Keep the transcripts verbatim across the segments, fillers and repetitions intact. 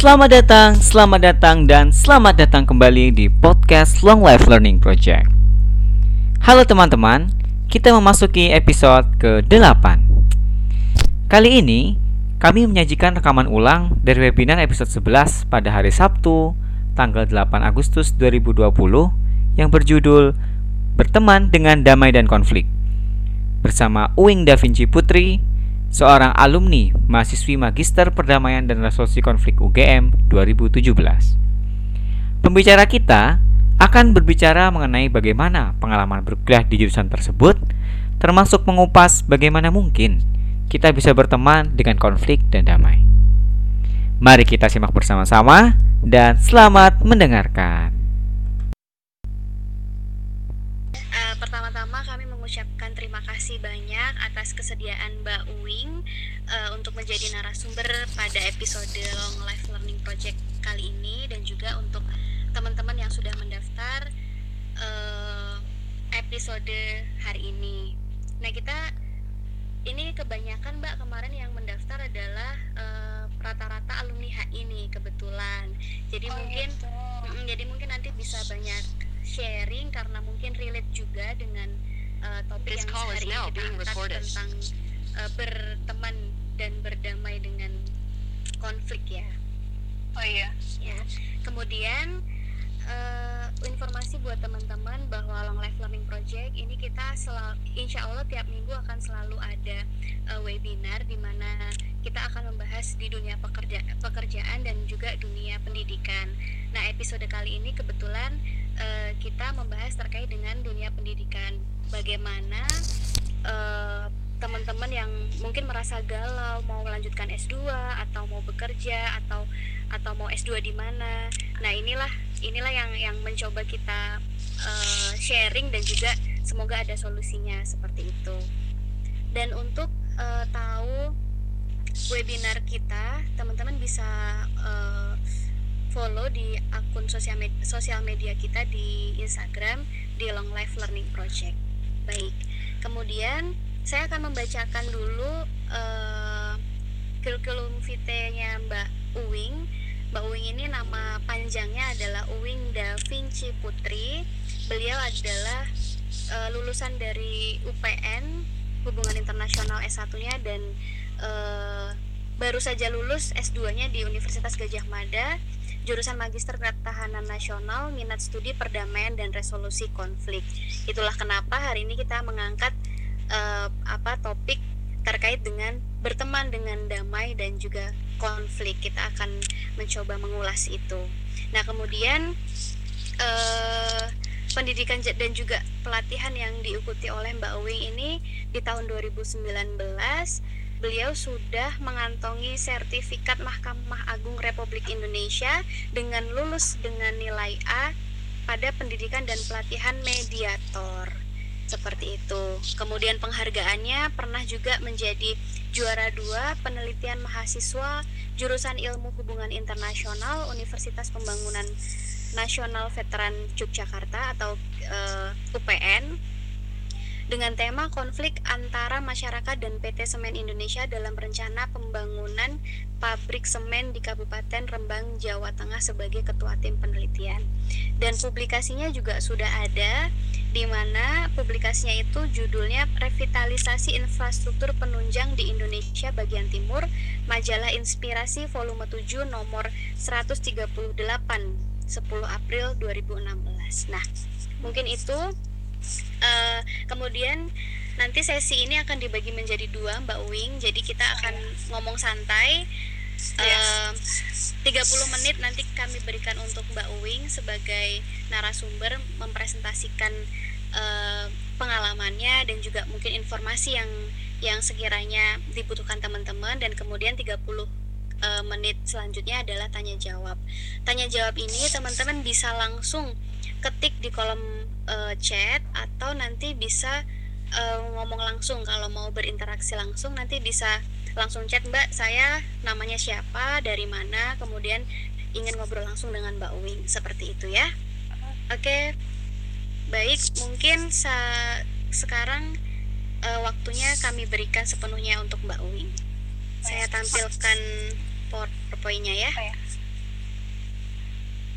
Selamat datang, selamat datang, dan selamat datang kembali di podcast Long Life Learning Project. Halo teman-teman, kita memasuki episode kedelapan. Kali ini, kami menyajikan rekaman ulang dari webinar episode sebelas pada hari Sabtu, tanggal delapan Agustus dua ribu dua puluh, yang berjudul Berteman dengan Damai dan Konflik, bersama Uwing Da Vinci Putri, seorang alumni mahasiswi Magister Perdamaian dan Resolusi Konflik U G M dua ribu tujuh belas. Pembicara kita akan berbicara mengenai bagaimana pengalaman berkuliah di jurusan tersebut, termasuk mengupas bagaimana mungkin kita bisa berteman dengan konflik dan damai. Mari kita simak bersama-sama dan selamat mendengarkan. Uh, pertama-tama kami mengucapkan terima kasih banyak atas kesediaan Mbak Uwing uh, untuk menjadi narasumber pada episode Long Life Learning Project kali ini, dan juga untuk teman-teman yang sudah mendaftar uh, episode hari ini. Nah, kita ini kebanyakan Mbak kemarin yang mendaftar adalah uh, rata-rata alumni H I nih kebetulan. Jadi oh, mungkin mm, jadi mungkin nanti bisa banyak sharing karena mungkin relate juga dengan uh, topik This yang sehari ini kita angkat tentang uh, berteman dan berdamai dengan konflik ya. Oh iya. Ya. Kemudian uh, informasi buat teman-teman bahwa Long Life Learning Project ini kita selalu, insya Allah tiap minggu akan selalu ada uh, webinar di mana kita akan membahas di dunia pekerja, pekerjaan dan juga dunia pendidikan. Nah, episode kali ini kebetulan uh, kita membahas terkait dengan dunia pendidikan. Bagaimana uh, teman-teman yang mungkin merasa galau mau melanjutkan S dua atau mau bekerja atau atau mau S dua di mana. Nah, inilah inilah yang yang mencoba kita uh, sharing dan juga semoga ada solusinya seperti itu. Dan untuk uh, tahu webinar kita, teman-teman bisa uh, follow di akun sosial media, sosial media kita di Instagram di Long Life Learning Project. Baik, kemudian saya akan membacakan dulu uh, curriculum vitae-nya Mbak Uwing. Mbak Uwing ini nama panjangnya adalah Uwing Da Vinci Putri. Beliau adalah uh, lulusan dari U P N Hubungan Internasional S satu-nya dan uh, baru saja lulus S dua-nya di Universitas Gadjah Mada, jurusan Magister Ketahanan Nasional, minat studi Perdamaian dan Resolusi Konflik. Itulah kenapa hari ini kita mengangkat uh, apa topik terkait dengan berteman dengan damai dan juga konflik. Kita akan mencoba mengulas itu. Nah, kemudian uh, pendidikan dan juga pelatihan yang diikuti oleh Mbak Uwing ini di tahun dua ribu sembilan belas beliau sudah mengantongi sertifikat Mahkamah Agung Republik Indonesia dengan lulus dengan nilai A pada pendidikan dan pelatihan mediator. Seperti itu. Kemudian penghargaannya pernah juga menjadi juara dua penelitian mahasiswa jurusan Ilmu Hubungan Internasional Universitas Pembangunan Nasional Veteran Yogyakarta atau uh, U P N dengan tema konflik antara masyarakat dan P T Semen Indonesia dalam rencana pembangunan pabrik semen di Kabupaten Rembang, Jawa Tengah sebagai ketua tim penelitian. Dan publikasinya juga sudah ada, di mana publikasinya itu judulnya Revitalisasi Infrastruktur Penunjang di Indonesia Bagian Timur, Majalah Inspirasi volume tujuh nomor seratus tiga puluh delapan, sepuluh April dua ribu enam belas. Nah, mungkin itu. Uh, kemudian nanti sesi ini akan dibagi menjadi dua, Mbak Uwing. Jadi kita akan ngomong santai uh, tiga puluh menit nanti kami berikan untuk Mbak Uwing sebagai narasumber mempresentasikan uh, pengalamannya dan juga mungkin informasi yang yang sekiranya dibutuhkan teman-teman, dan kemudian tiga puluh uh, menit selanjutnya adalah tanya jawab. Tanya jawab ini teman-teman bisa langsung ketik di kolom uh, chat atau nanti bisa uh, ngomong langsung. Kalau mau berinteraksi langsung nanti bisa langsung chat, Mbak saya namanya siapa, dari mana, kemudian ingin ngobrol langsung dengan Mbak Uwing, seperti itu ya. Oke, okay. Baik, mungkin sa- sekarang uh, waktunya kami berikan sepenuhnya untuk Mbak Uwing. Saya tampilkan PowerPoint-nya ya.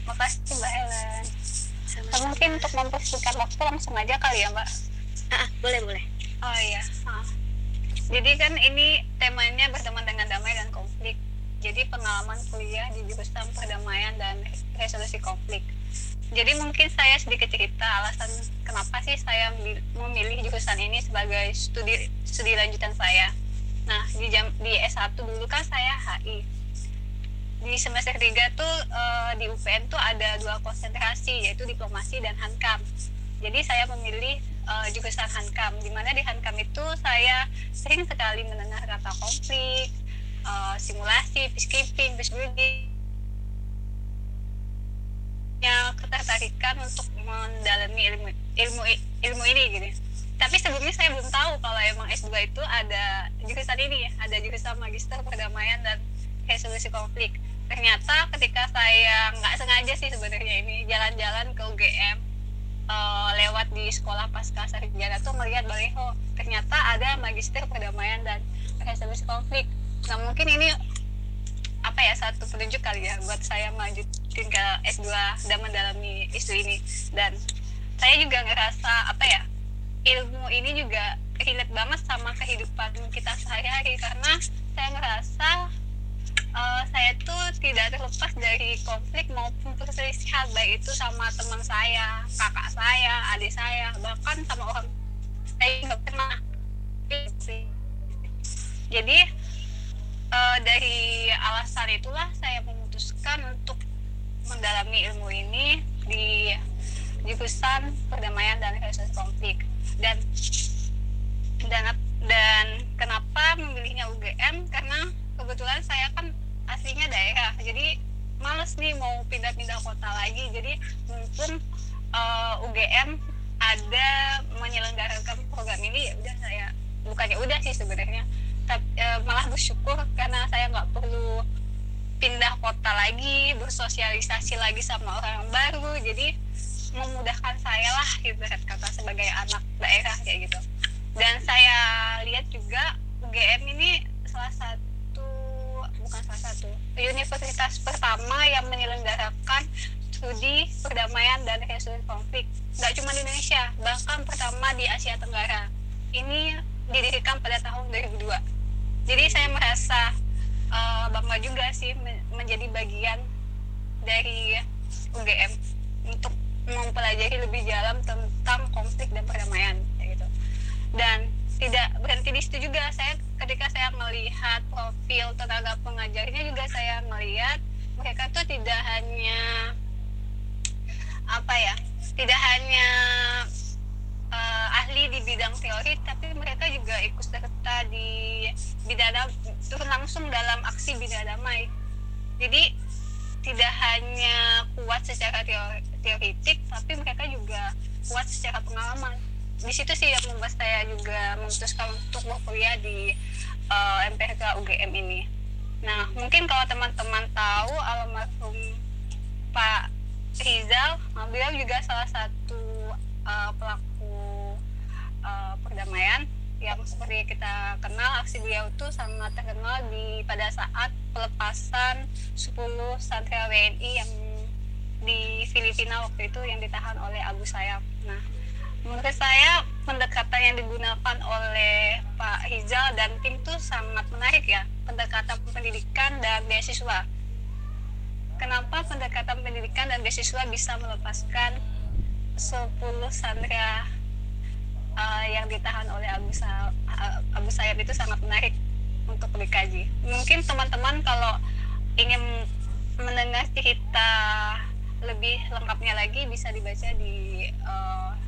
Makasih Mbak Helen. Sama-sama. Mungkin untuk mempersingkat waktu langsung aja kali ya Mbak. Ah, boleh boleh. Oh iya. Ah. Jadi kan ini temanya berteman dengan damai dan konflik. Jadi pengalaman kuliah di jurusan perdamaian dan resolusi konflik. Jadi mungkin saya sedikit cerita alasan kenapa sih saya memilih jurusan ini sebagai studi studi lanjutan saya. Nah, di jam di S satu dulu kan saya H I. Di semester tiga tuh uh, di U P N tuh ada dua konsentrasi, yaitu diplomasi dan Hankam. Jadi saya memilih uh, jurusan Hankam, di mana di Hankam itu saya sering sekali mendengar kata konflik, uh, simulasi, peacekeeping, peace building, yang ketertarikan untuk mendalami ilmu ilmu ilmu ini gitu. Tapi sebelumnya saya belum tahu kalau emang S dua itu ada jurusan ini ya, ada jurusan Magister Perdamaian dan Resolusi Konflik. Ternyata ketika saya nggak sengaja sih sebenarnya ini jalan-jalan ke U G M uh, lewat di sekolah pasca sarjana tuh melihat baliho ternyata ada Magister Perdamaian dan Resolusi Konflik. Nah mungkin ini apa ya satu penunjuk kali ya buat saya lanjutin ke S dua dan mendalami isu ini. Dan saya juga ngerasa apa ya, ilmu ini juga relate banget sama kehidupan kita sehari-hari, karena saya ngerasa uh, saya tuh tidak terlepas dari konflik maupun perselisihan, baik itu sama teman saya, kakak saya, adik saya, bahkan sama orang saya nggak pernah. Jadi uh, dari alasan itulah saya memutuskan untuk mendalami ilmu ini di jurusan perdamaian dan resolusi konflik. Dan dan dan kenapa memilihnya U G M, karena kebetulan saya kan aslinya daerah, jadi males nih mau pindah-pindah kota lagi. Jadi mumpung uh, U G M ada menyelenggarakan program ini, ya udah saya bukannya udah sih sebenarnya, tapi uh, malah bersyukur karena saya nggak perlu pindah kota lagi, bersosialisasi lagi sama orang baru. Jadi memudahkan saya lah gitu kata sebagai anak daerah kayak gitu. Dan saya lihat juga U G M ini salah satu bukan salah satu universitas pertama yang menyelenggarakan studi perdamaian dan resolusi konflik. Nggak cuma di Indonesia, bahkan pertama di Asia Tenggara. Ini didirikan pada tahun dua ribu dua. Jadi saya merasa uh, bangga juga sih menjadi bagian dari U G M untuk mempelajari lebih dalam tentang konflik dan perdamaian kayak gitu. Dan tidak berhenti di situ juga, saya ketika saya melihat profil tenaga pengajarnya juga saya melihat mereka tuh tidak hanya apa ya, tidak hanya uh, ahli di bidang teori, tapi mereka juga ikut serta di bidang turun langsung dalam aksi bina damai. Jadi tidak hanya kuat secara teori, teoritik, tapi mereka juga kuat secara pengalaman. Di situ sih yang membuat saya juga memutuskan untuk berkuliah di uh, M P H K U G M ini. Nah, mungkin kalau teman-teman tahu almarhum Pak Rizal, beliau juga salah satu uh, pelaku uh, perdamaian yang seperti kita kenal. Aksi beliau itu sangat terkenal di pada saat pelepasan sepuluh sandera W N I yang di Filipina waktu itu yang ditahan oleh Abu Sayyaf. Nah, menurut saya pendekatan yang digunakan oleh Pak Rizal dan tim itu sangat menarik ya, pendekatan pendidikan dan beasiswa. Kenapa pendekatan pendidikan dan beasiswa bisa melepaskan sepuluh sandera Uh, yang ditahan oleh Abu, Sa- uh, Abu Sayyaf itu sangat menarik untuk dikaji. Mungkin teman-teman kalau ingin mendengar cerita lebih lengkapnya lagi bisa dibaca di uh,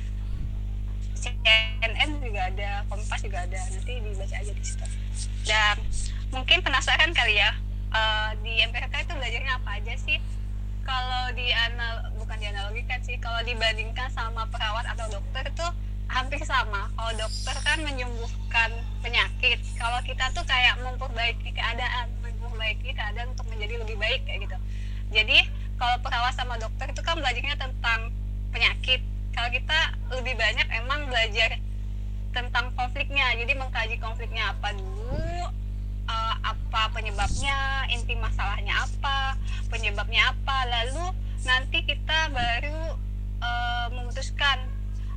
C N N juga ada, Kompas juga ada, nanti dibaca aja di situ. Dan mungkin penasaran kali ya, uh, di M P H K itu belajarnya apa aja sih? Kalau di anal bukan dianalogikan sih, kalau dibandingkan sama perawat atau dokter tuh hampir sama. Kalau dokter kan menyembuhkan penyakit, kalau kita tuh kayak memperbaiki keadaan, memperbaiki keadaan untuk menjadi lebih baik kayak gitu. Jadi kalau perawat sama dokter itu kan belajarnya tentang penyakit. Kalau kita lebih banyak emang belajar tentang konfliknya. Jadi mengkaji konfliknya apa dulu, uh, apa penyebabnya, inti masalahnya apa, penyebabnya apa, lalu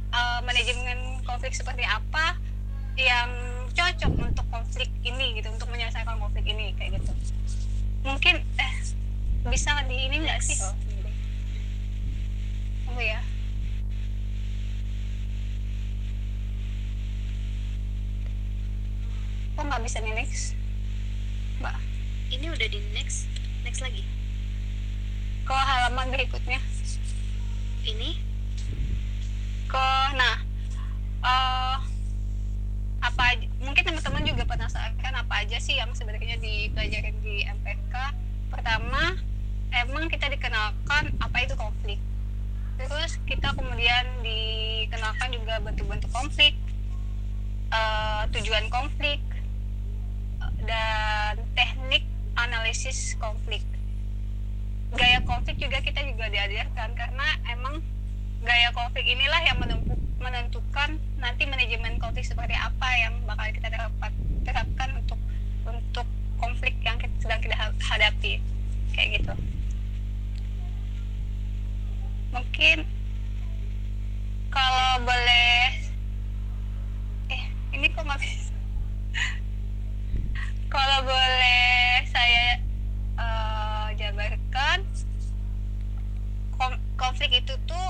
uh, manajemen konflik seperti apa yang cocok untuk konflik ini gitu, untuk menyelesaikan konflik ini kayak gitu. Mungkin eh bisa di ini nggak sih? Oh, oh ya. Kok nggak bisa nih next, Mbak? Ini udah di next, next lagi. Ke halaman berikutnya. Ini? Ke, nah, uh, apa aja, mungkin teman-teman juga penasaran apa aja sih yang sebenarnya dipelajarin di M P K. Pertama, emang kita dikenalkan apa itu konflik. Terus kita kemudian dikenalkan juga bentuk-bentuk konflik, uh, tujuan konflik, dan teknik analisis konflik. Gaya konflik juga kita juga diajarkan, karena emang gaya konflik inilah yang menentukan nanti manajemen konflik seperti apa yang bakal kita terapkan, terapkan untuk untuk konflik yang kita, sedang kita hadapi kayak gitu. Mungkin kalau boleh eh ini kok nggak bisa. Kalau boleh saya uh, jabarkan, konflik itu tuh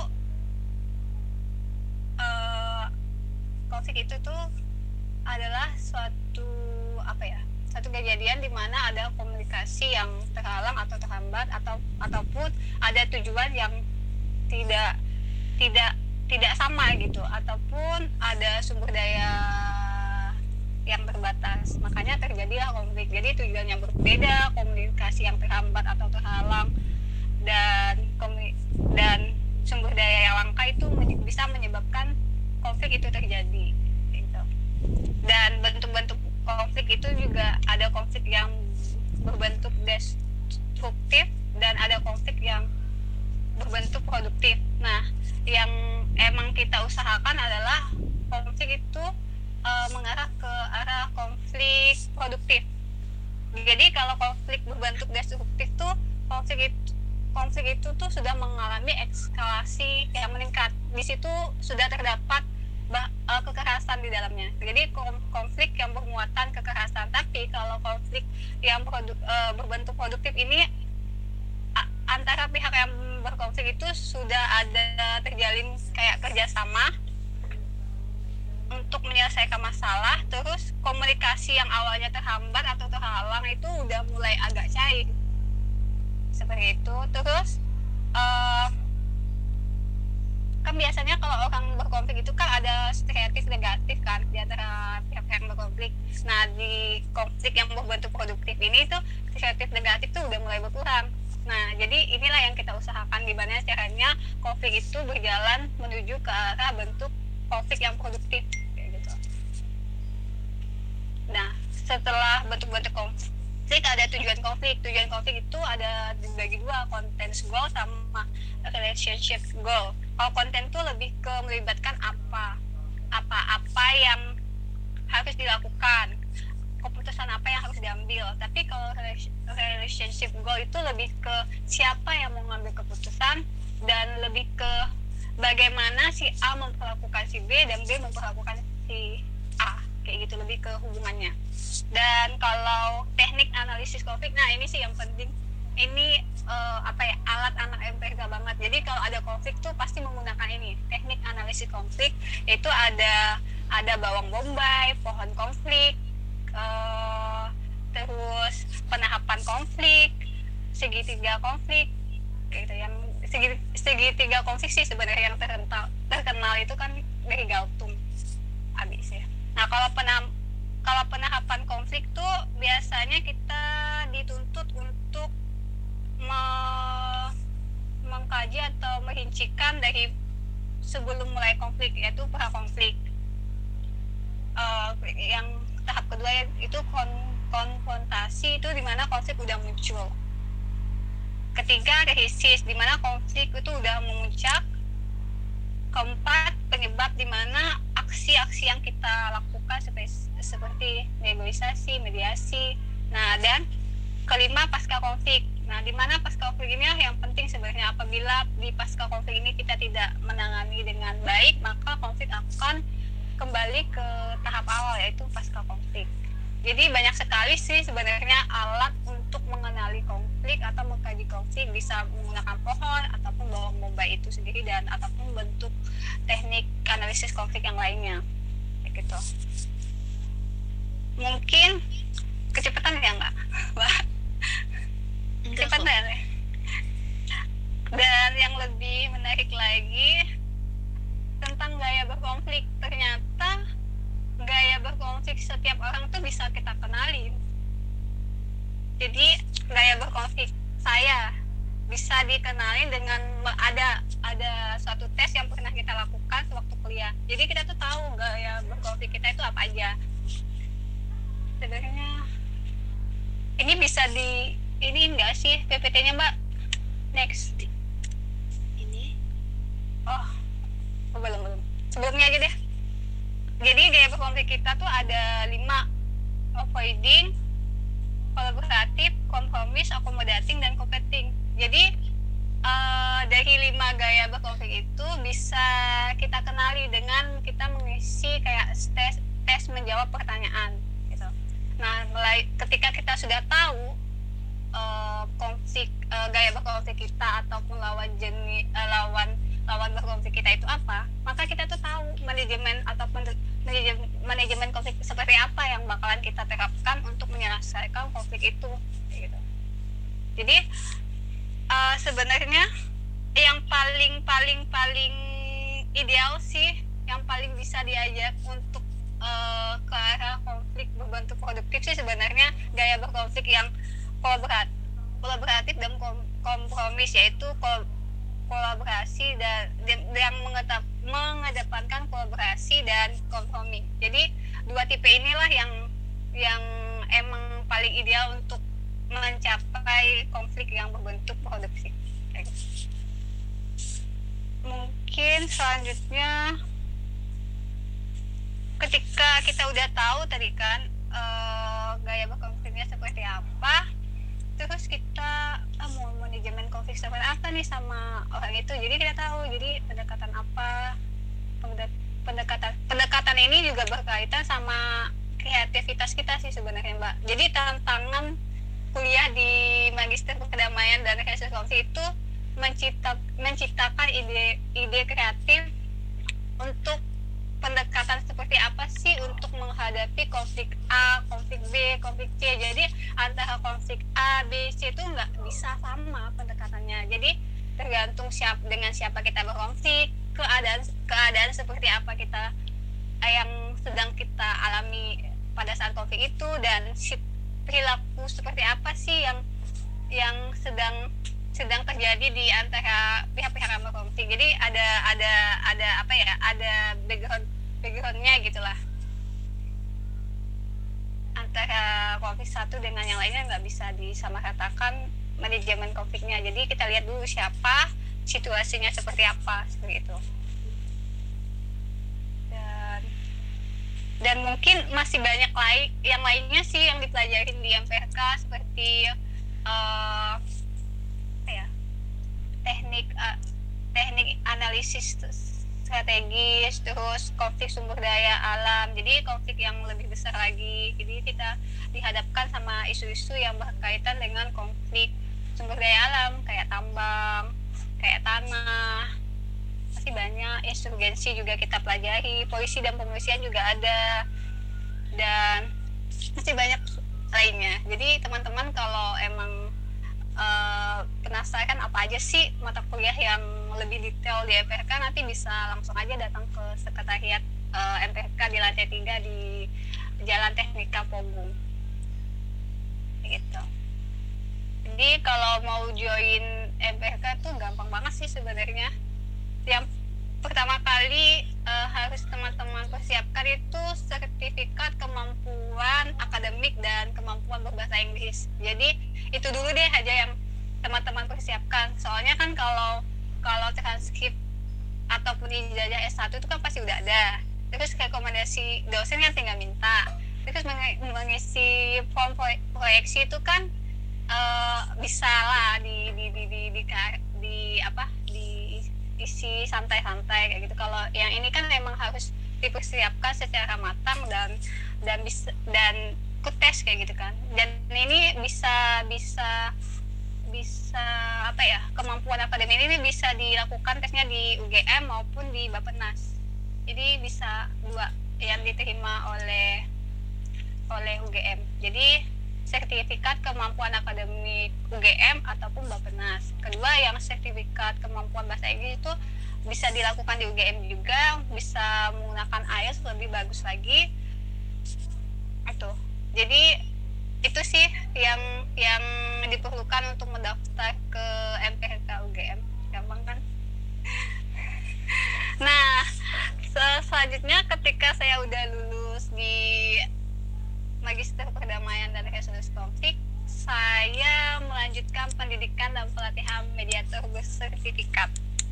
uh, konflik itu tuh adalah suatu apa ya satu kejadian di mana ada komunikasi yang terhalang atau terhambat, atau ataupun ada tujuan yang tidak tidak tidak sama gitu, ataupun ada sumber daya yang terbatas, makanya terjadilah konflik. Jadi tujuan yang berbeda, komunikasi yang terhambat atau terhalang, dan dan sumber daya yang langka itu bisa menyebabkan konflik itu terjadi gitu. Dan bentuk-bentuk konflik itu juga ada konflik yang berbentuk destruktif dan ada konflik yang berbentuk produktif. Nah, yang emang kita usahakan adalah konflik itu uh, mengarah ke arah konflik produktif. Jadi kalau konflik berbentuk destruktif tuh konflik itu konflik itu tuh sudah mengalami eskalasi yang meningkat. Di situ sudah terdapat bah, uh, kekerasan di dalamnya. Jadi konflik yang bermuatan kekerasan. Tapi kalau konflik yang produ, uh, berbentuk produktif ini a, antara pihak yang berkonflik itu sudah ada terjalin kayak kerjasama untuk menyelesaikan masalah. Terus komunikasi yang awalnya terhambat atau terhalang itu udah mulai agak cair. Seperti itu. Terus uh, kan biasanya kalau orang berkonflik itu kan ada stereotip negatif kan di antara pihak-pihak yang berkonflik. Nah, di konflik yang berbentuk produktif ini tuh stereotip negatif tuh udah mulai berkurang. Nah, jadi inilah yang kita usahakan, gimana caranya konflik itu berjalan menuju ke arah bentuk konflik yang produktif kayak gitu. Nah, setelah bentuk-bentuk konflik ada tujuan konflik. Tujuan konflik itu ada dibagi dua, content goal sama relationship goal. Kalau konten itu lebih ke melibatkan apa, apa-apa yang harus dilakukan, keputusan apa yang harus diambil. Tapi kalau relationship goal itu lebih ke siapa yang mau ngambil keputusan, dan lebih ke bagaimana si A memperlakukan si B dan B memperlakukan si A, kayak gitu, lebih ke hubungannya. Dan kalau teknik analisis konflik, nah ini sih yang penting. Ini uh, apa ya alat anak M P K banget. Jadi kalau ada konflik tuh pasti menggunakan ini teknik analisis konflik. Itu ada ada bawang bombay, pohon konflik, uh, terus penahapan konflik, segitiga konflik, gitu. Yang segi, segitiga konflik sih sebenarnya yang terkenal terkenal itu kan dari Galtung abis ya. Nah, kalau penam kalau penahapan konflik tuh biasanya kita dituntut untuk me- mengkaji atau merincikan dari sebelum mulai konflik, yaitu pra konflik. Uh, yang tahap kedua itu kon- konfrontasi, itu dimana konflik udah muncul. Ketiga, rehisis, dimana konflik itu udah memuncak. Keempat, penyebab, dimana aksi-aksi yang kita lakukan seperti, seperti negosiasi, mediasi. Nah, dan kelima, pasca konflik. Nah, di di mana pasca konflik ini yang penting sebenarnya. Apabila di pasca konflik ini kita tidak menangani dengan baik, maka konflik akan kembali ke tahap awal, yaitu pasca konflik. Jadi banyak sekali sih sebenarnya alat untuk mengenali konflik atau mengkaji konflik, bisa menggunakan pohon ataupun bawang bombay itu sendiri, dan ataupun bentuk teknik analisis konflik yang lainnya kayak gitu. Mungkin kecepatan ya enggak? Wah. Kecepatan ya. Dan yang lebih menarik lagi tentang gaya berkonflik, ternyata gaya berkonflik setiap orang tuh bisa kita kenalin. Jadi gaya berkonflik saya bisa dikenalin dengan ada ada suatu tes yang pernah kita lakukan sewaktu kuliah. Jadi kita tuh tahu gaya berkonflik kita itu apa aja. Sebenarnya ini bisa di ini enggak sih P P T-nya Mbak? Next. Ini. Oh, oh belum belum. Sebelumnya aja deh. Jadi gaya berkonflik kita tuh ada lima: avoiding, kolaboratif, kompromis, accommodating, dan competing. Jadi uh, dari lima gaya berkonflik itu bisa kita kenali dengan kita mengisi kayak tes tes menjawab pertanyaan gitu. Nah, mulai ketika kita sudah tahu uh, konflik uh, gaya berkonflik kita ataupun lawan jenis uh, lawan lawan berkonflik kita itu apa, maka kita tuh tahu manajemen ataupun manajemen, manajemen konflik seperti apa yang bakalan kita terapkan untuk menyelesaikan konflik itu gitu. Jadi uh, sebenarnya yang paling paling paling ideal sih, yang paling bisa diajak untuk uh, ke arah konflik berbentuk produktif sih sebenarnya gaya berkonflik yang kolaboratif, kolaboratif dan kom- kompromis, yaitu kol- kolaborasi dan, dan yang mengetap, mengedepankan kolaborasi dan kompromi. Jadi dua tipe inilah yang yang emang paling ideal untuk mencapai konflik yang berbentuk produktif. Mungkin selanjutnya ketika kita udah tahu tadi kan uh, gaya berkonfliknya seperti apa, terus kita ah, mau manajemen konflik seperti apa nih sama orang itu, jadi kita tahu jadi pendekatan apa, pendekatan pendekatan ini juga berkaitan sama kreativitas kita sih sebenarnya Mbak. Jadi tantangan kuliah di Magister Perdamaian dan Resolusi Konflik itu mencipta, menciptakan ide-ide kreatif untuk pendekatan seperti apa sih untuk menghadapi konflik A, konflik B, konflik C. Jadi antara konflik A, B, C itu nggak bisa sama pendekatannya. Jadi tergantung siap dengan siapa kita berkonflik, keadaan keadaan seperti apa kita yang sedang kita alami pada saat konflik itu, dan perilaku seperti apa sih yang yang sedang sedang terjadi di antara pihak-pihak yang berkonflik. Jadi ada ada ada apa ya? Ada background backgroundnya gitulah. Antara konflik satu dengan yang lainnya nggak bisa disamaratakan manajemen konfliknya. Jadi kita lihat dulu siapa, situasinya seperti apa, seperti itu. Dan dan mungkin masih banyak lain yang lainnya sih yang dipelajarin di M P R K seperti uh, ya teknik uh, teknik analisis strategis, terus konflik sumber daya alam, jadi konflik yang lebih besar lagi. Jadi kita dihadapkan sama isu-isu yang berkaitan dengan konflik sumber daya alam kayak tambang, kayak tanah, masih banyak. Insurgensi juga kita pelajari, polisi dan pemolisian juga ada, dan masih banyak lainnya. Jadi teman-teman kalau emang Uh, penasaran apa aja sih mata kuliah yang lebih detail di M P R K, nanti bisa langsung aja datang ke sekretariat uh, M P R K di lantai tiga di Jalan Teknika Pogung gitu. Jadi kalau mau join M P R K tuh gampang banget sih sebenarnya. Yang pertama kali uh, harus teman-teman persiapkan itu sertifikat kemampuan akademik dan kemampuan berbahasa Inggris. Jadi itu dulu deh aja yang teman-teman persiapkan. Soalnya kan kalau kalau transkrip ataupun ijazah S satu itu kan pasti udah ada. Terus rekomendasi dosen kan tinggal minta. Terus mengisi form proyeksi itu kan uh, bisa lah masih santai-santai kayak gitu. Kalau yang ini kan memang harus dipersiapkan secara matang dan dan bisa dan ikut tes kayak gitu kan. Dan ini bisa bisa bisa apa ya, kemampuan akademik ini bisa dilakukan tesnya di U G M maupun di Bappenas. Jadi bisa dua yang diterima oleh oleh U G M. Jadi sertifikat kemampuan akademik U G M ataupun Bappenas. Kedua yang sertifikat kemampuan bahasa Inggris itu bisa dilakukan di U G M juga, bisa menggunakan I E L T S lebih bagus lagi. Itu. Jadi itu sih yang yang diperlukan untuk mendaftar ke M P H K U G M. Gampang kan? Nah, sel- selanjutnya ketika saya udah lulus di Magister Perdamaian dan Resolusi Konflik, saya melanjutkan pendidikan dan pelatihan mediator bersertifikat.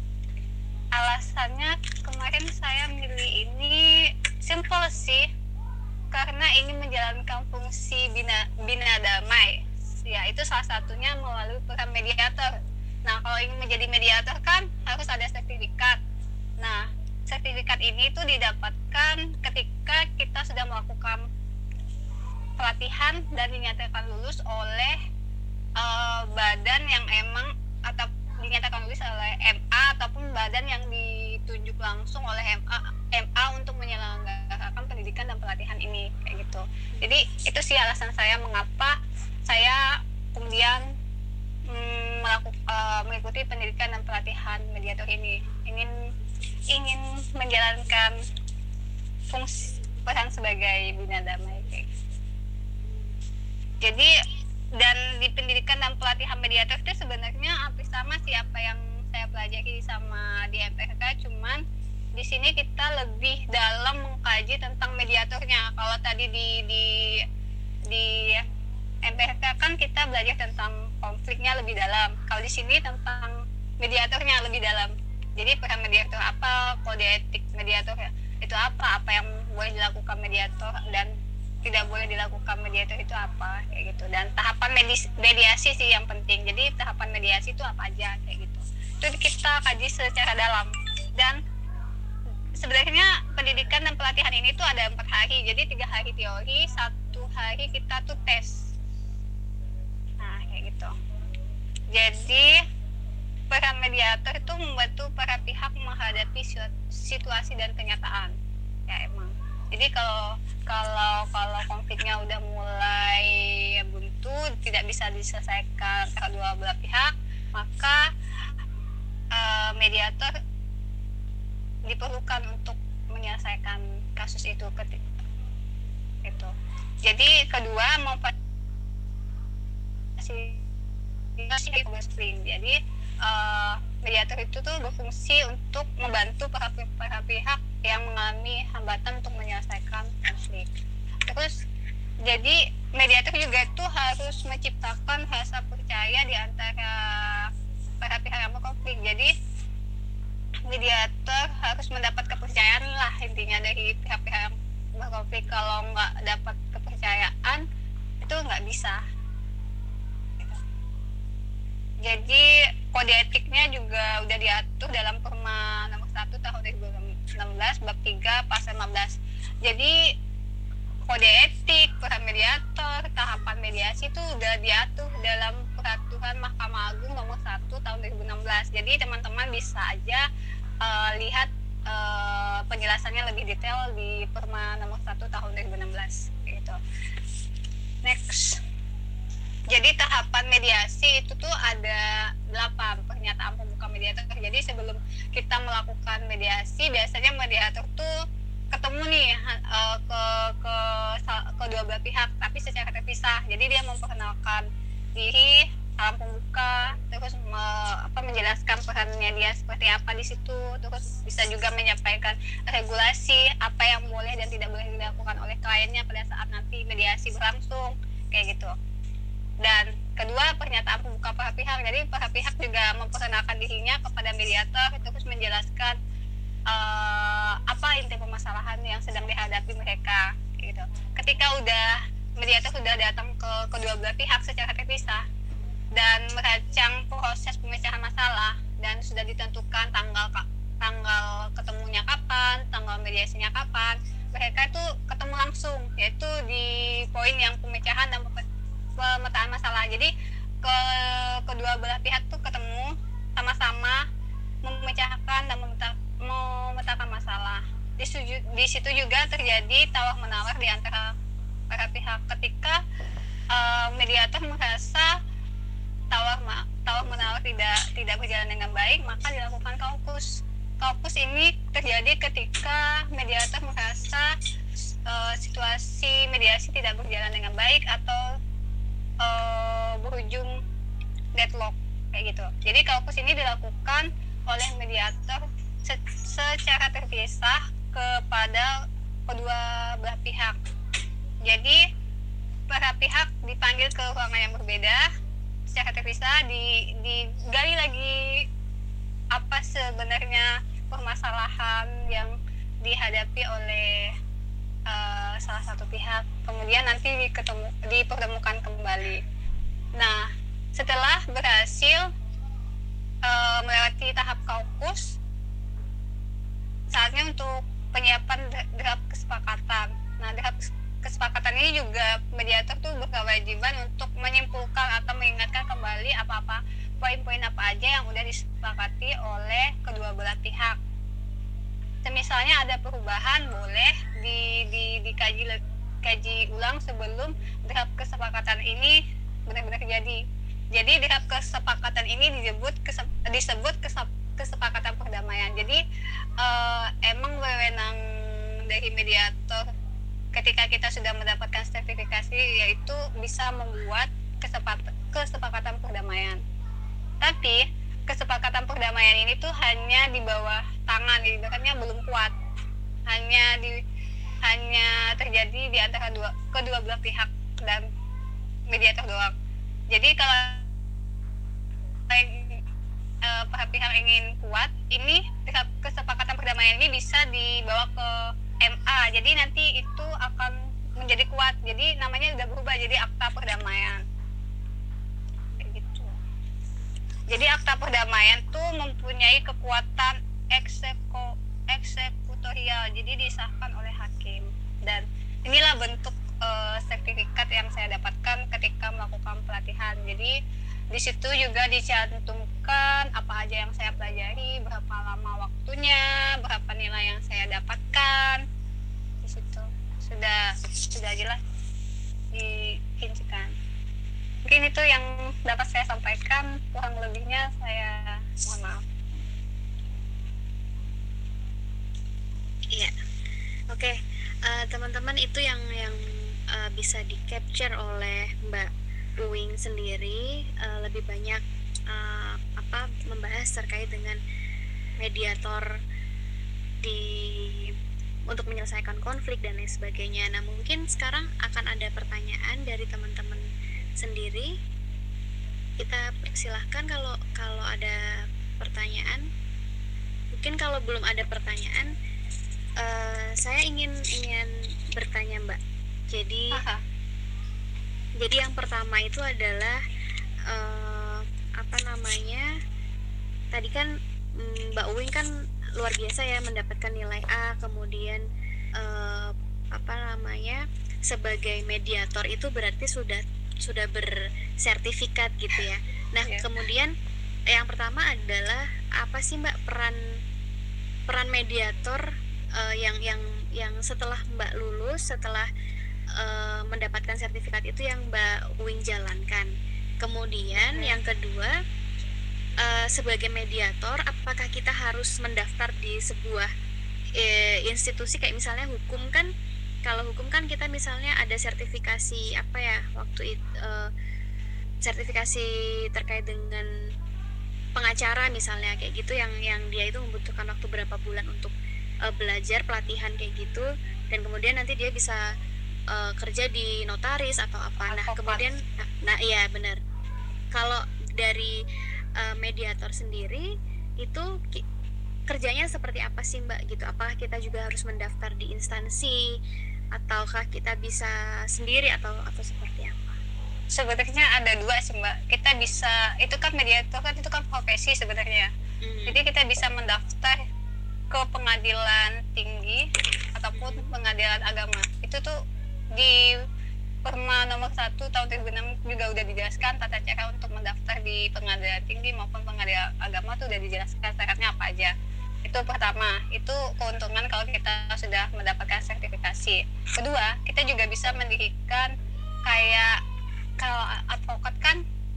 Alasannya kemarin saya milih ini simple sih, karena ini menjalankan fungsi bina, bina damai. Ya, itu salah satunya melalui peran mediator. Nah, kalau ingin menjadi mediator kan harus ada sertifikat. Nah, sertifikat ini tuh didapatkan ketika kita sudah melakukan pelatihan dan dinyatakan lulus oleh uh, badan yang emang atau dinyatakan lulus oleh M A ataupun badan yang ditunjuk langsung oleh M A M A untuk menyelenggarakan pendidikan dan pelatihan ini kayak gitu. Jadi itu sih alasan saya mengapa saya kemudian mm, melakukan uh, mengikuti pendidikan dan pelatihan mediator ini, ingin ingin menjalankan fungsi peran sebagai bina damai kayak gitu. Jadi dan di pendidikan dan pelatihan mediator itu sebenarnya hampir sama sih apa yang saya pelajari sama di M P H K, cuman di sini kita lebih dalam mengkaji tentang mediatornya. Kalau tadi di di di M P H K kan kita belajar tentang konfliknya lebih dalam. Kalau di sini tentang mediatornya lebih dalam. Jadi peran mediator apa, kode etik mediator itu apa, apa yang boleh dilakukan mediator dan tidak boleh dilakukan mediator itu apa kayak gitu, dan tahapan medis, mediasi sih yang penting. Jadi tahapan mediasi itu apa aja kayak gitu, itu kita kaji secara dalam. Dan sebenarnya pendidikan dan pelatihan ini tuh ada empat hari, jadi tiga hari teori, satu hari kita tuh tes. Nah kayak gitu. Jadi peran mediator itu membantu para pihak menghadapi situasi dan kenyataan. Ya emang. Jadi kalau kalau kalau konfliknya udah mulai buntu, tidak bisa diselesaikan kedua belah pihak, maka uh, mediator diperlukan untuk menyelesaikan kasus itu ketika itu. Jadi kedua mau jadi uh, mediator itu tuh berfungsi untuk membantu para, para pihak yang mengalami hambatan untuk menyelesaikan konflik. Terus jadi mediator juga itu harus menciptakan rasa percaya di antara para pihak yang berkonflik. Jadi mediator harus mendapat kepercayaan lah intinya dari pihak-pihak yang berkonflik. Kalau nggak dapat kepercayaan itu nggak bisa. Jadi kode etiknya juga udah diatur dalam Perma nomor satu tahun dua ribu enam belas bab tiga pasal lima belas. Jadi kode etik, peran mediator, tahapan mediasi itu udah diatur dalam peraturan Mahkamah Agung nomor satu tahun dua ribu enam belas. Jadi teman-teman bisa aja uh, lihat uh, penjelasannya lebih detail di Perma nomor satu tahun dua ribu enam belas gitu. Next. Jadi tahapan mediasi itu tuh ada delapan pernyataan pembuka mediator. Jadi sebelum kita melakukan mediasi, biasanya mediator tuh ketemu nih uh, ke ke kedua belah pihak, tapi secara terpisah. Jadi dia memperkenalkan diri, salam pembuka, terus me, apa menjelaskan perannya dia seperti apa di situ, terus bisa juga menyampaikan regulasi apa yang boleh dan tidak boleh dilakukan oleh kliennya pada saat nanti mediasi berlangsung kayak gitu. Dan kedua, pernyataan pembuka para pihak. Jadi para pihak juga memperkenalkan dirinya kepada mediator, terus menjelaskan uh, apa inti permasalahan yang sedang dihadapi mereka gitu. Ketika udah mediator sudah datang ke kedua belah pihak secara terpisah dan merancang proses pemecahan masalah dan sudah ditentukan tanggal mediasinya kapan, mereka tuh ketemu langsung, yaitu di poin yang pemecahan dan pemetaan masalah. Jadi ke kedua belah pihak tuh ketemu sama-sama memecahkan dan memetakan masalah. Di, di situ juga terjadi tawar menawar di antara para pihak ketika uh, mediator merasa tawar tawar menawar tidak tidak berjalan dengan baik, maka dilakukan kaukus. Kaukus ini terjadi ketika mediator merasa uh, situasi mediasi tidak berjalan dengan baik atau uh, berujung deadlock kayak gitu. Jadi kaukus ini dilakukan oleh mediator se- secara terpisah kepada kedua belah pihak. Jadi para pihak dipanggil ke ruangan yang berbeda secara terpisah, di, digali lagi apa sebenarnya permasalahan yang dihadapi oleh uh, salah satu pihak, kemudian nanti diketemu, dipertemukan kembali. Nah, setelah berhasil uh, melewati tahap kaukus, saatnya untuk penyiapan draft kesepakatan. Nah, draft kesepakatan ini juga mediator tuh berkewajiban untuk menyimpulkan atau mengingatkan kembali apa-apa poin-poin apa aja yang udah disepakati oleh kedua belah pihak. Misalnya ada perubahan, boleh di, di, dikaji kaji ulang sebelum draft kesepakatan ini benar-benar jadi. Jadi draft kesepakatan ini disebut kesep, disebut kesep, kesepakatan perdamaian. Jadi uh, emang wewenang dari mediator ketika kita sudah mendapatkan sertifikasi yaitu bisa membuat kesepakatan, kesepakatan perdamaian. Tapi kesepakatan perdamaian ini tuh hanya di bawah tangan, ibaratnya belum kuat. Hanya di hanya terjadi di antara dua kedua belah pihak dan mediator doang. Jadi kalau uh, pihak pihak ingin kuat, ini kesepakatan perdamaian ini bisa dibawa ke M A, jadi nanti itu akan menjadi kuat, jadi namanya udah berubah jadi akta perdamaian kayak gitu. Jadi akta perdamaian tuh mempunyai kekuatan ekseko, eksekutorial, jadi disahkan oleh hakim. Dan inilah bentuk uh, sertifikat yang saya dapatkan ketika melakukan pelatihan. Jadi di situ juga dicantumkan apa aja yang saya pelajari, berapa lama waktunya, berapa nilai yang saya dapatkan. Di situ sudah sudah jelas dirincikan. Mungkin itu yang dapat saya sampaikan, kurang lebihnya saya mohon maaf. Iya, oke, okay. uh, teman-teman, itu yang yang uh, bisa di capture oleh Mbak Uwing sendiri, uh, lebih banyak uh, apa membahas terkait dengan mediator di untuk menyelesaikan konflik dan lain sebagainya. Nah, mungkin sekarang akan ada pertanyaan dari teman-teman sendiri. Kita persilahkan kalau kalau ada pertanyaan. Mungkin kalau belum ada pertanyaan, uh, saya ingin ingin bertanya, Mbak. Jadi Aha. Jadi yang pertama itu adalah uh, apa namanya? Tadi kan Mbak Uwing kan luar biasa ya mendapatkan nilai A, kemudian uh, apa namanya? Sebagai mediator itu berarti sudah sudah bersertifikat gitu ya. Nah, yeah. Kemudian yang pertama adalah apa sih Mbak peran peran mediator uh, yang yang yang setelah Mbak lulus, setelah Uh, mendapatkan sertifikat itu yang Mbak Uwing jalankan. Kemudian hmm. yang kedua, uh, sebagai mediator, apakah kita harus mendaftar di sebuah uh, institusi kayak misalnya hukum kan? Kalau hukum kan kita misalnya ada sertifikasi apa ya waktu itu, uh, sertifikasi terkait dengan pengacara misalnya kayak gitu, yang yang dia itu membutuhkan waktu berapa bulan untuk uh, belajar pelatihan kayak gitu, dan kemudian nanti dia bisa Uh, kerja di notaris atau apa. Nah, kemudian nah, nah iya benar. Kalau dari uh, mediator sendiri itu ki- kerjanya seperti apa sih Mbak gitu? Apakah kita juga harus mendaftar di instansi ataukah kita bisa sendiri atau atau seperti apa? Sebenarnya ada dua sih Mbak. Kita bisa, itu kan mediator kan itu kan profesi sebenarnya. Hmm. Jadi kita bisa mendaftar ke pengadilan tinggi ataupun pengadilan agama. Itu tuh di Perma nomor satu tahun dua ribu enam juga udah dijelaskan tata cara untuk mendaftar di pengadilan tinggi maupun pengadilan agama tuh udah dijelaskan syaratnya apa aja. Itu pertama, itu keuntungan kalau kita sudah mendapatkan sertifikasi. Kedua, kita juga bisa mendirikan kayak kalau advokat kan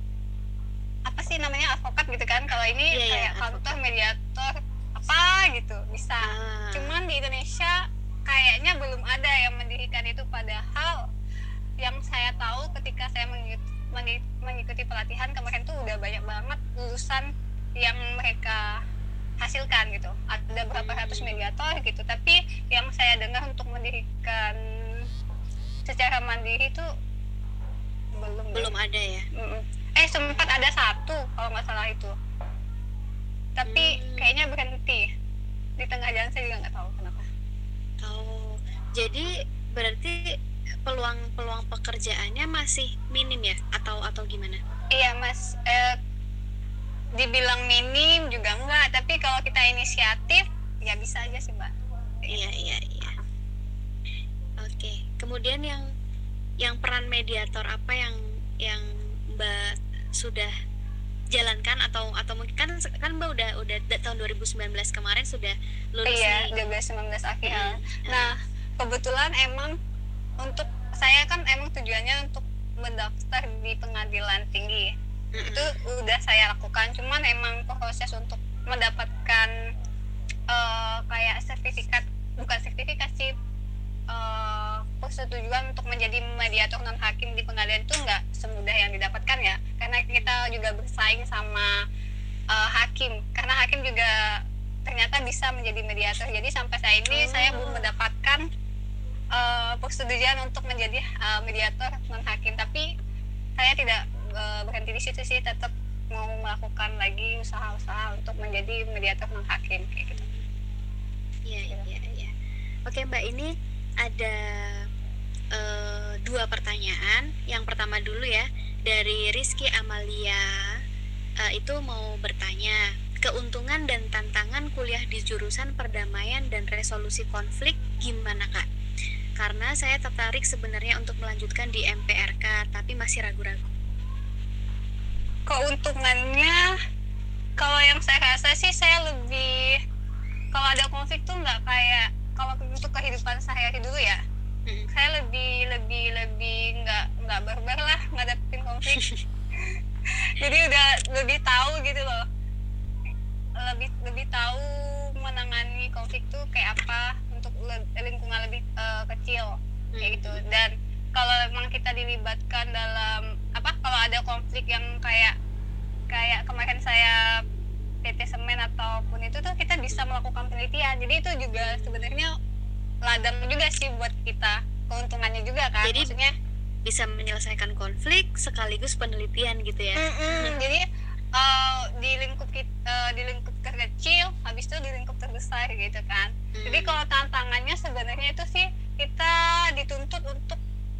apa sih namanya advokat gitu kan, kalau ini Iya, iya, kayak kantor advokat. mediator apa gitu bisa. Ah. Cuman di Indonesia kayaknya belum ada yang mendirikan itu, padahal yang saya tahu ketika saya mengikuti, mengikuti pelatihan kemarin tuh udah banyak banget lulusan yang mereka hasilkan gitu. Ada berapa ratus mediator gitu, tapi yang saya dengar untuk mendirikan secara mandiri tuh belum Belum deh. ada ya. Mm-mm. Eh sempat ada satu kalau nggak salah itu, tapi Hmm. kayaknya berhenti di tengah jalan, saya juga nggak tahu kenapa. Oh, jadi berarti peluang-peluang pekerjaannya masih minim ya, atau atau gimana? Iya mas, eh, dibilang minim juga enggak, tapi kalau kita inisiatif ya bisa aja sih mbak. Iya, iya, iya. Oke. Kemudian yang yang peran mediator apa yang yang Mbak sudah jalankan, atau atau mungkin kan kan Mbak udah udah da- tahun dua ribu sembilan belas kemarin sudah lulus Iya, nih. dua belas sembilan belas akhir. Mm-mm. Nah, kebetulan emang untuk saya kan emang tujuannya untuk mendaftar di pengadilan tinggi. Mm-mm. Itu udah saya lakukan, cuman emang proses untuk mendapatkan eh, kayak sertifikat, bukan sertifikat sih, eh, persetujuan untuk menjadi mediator non hakim di pengadilan itu nggak semudah yang didapatkan ya, karena kita juga bersaing sama eh, hakim, karena hakim juga ternyata bisa menjadi mediator. Jadi sampai saat ini Oh. saya belum mendapatkan uh, persetujuan untuk menjadi uh, mediator non hakim, tapi saya tidak uh, berhenti di situ sih, tetap mau melakukan lagi usaha-usaha untuk menjadi mediator non hakim kayak gitu. Iya, iya, iya. Oke, Mbak, ini ada eh, dua pertanyaan. Yang pertama dulu ya, dari Rizky Amalia. Eh, itu mau bertanya, keuntungan dan tantangan kuliah di jurusan perdamaian dan resolusi konflik gimana, Kak? Karena saya tertarik sebenarnya untuk melanjutkan di M P R K, tapi masih ragu-ragu. Keuntungannya, kalau yang saya rasa sih, saya lebih, kalau ada konflik tuh nggak kayak kalau untuk kehidupan sehari-hari dulu ya, Mm-mm. saya lebih lebih lebih nggak nggak barbar lah ngadepin konflik. Jadi udah lebih tahu gitu loh, lebih lebih tahu menangani konflik tuh kayak apa untuk le- lingkungan lebih eh, kecil kayak gitu. Dan kalau memang kita dilibatkan dalam apa, kalau ada konflik yang kayak kayak kemarin saya P T Semen ataupun itu tuh kita bisa melakukan penelitian, jadi itu juga sebenarnya ladang juga sih buat kita, keuntungannya juga kan. Jadi maksudnya bisa menyelesaikan konflik sekaligus penelitian gitu ya. Mm-mm. Jadi uh, di lingkup kit- uh, di lingkup terkecil, habis itu di lingkup terbesar gitu kan. Hmm. Jadi kalau tantangannya sebenarnya itu sih kita dituntut untuk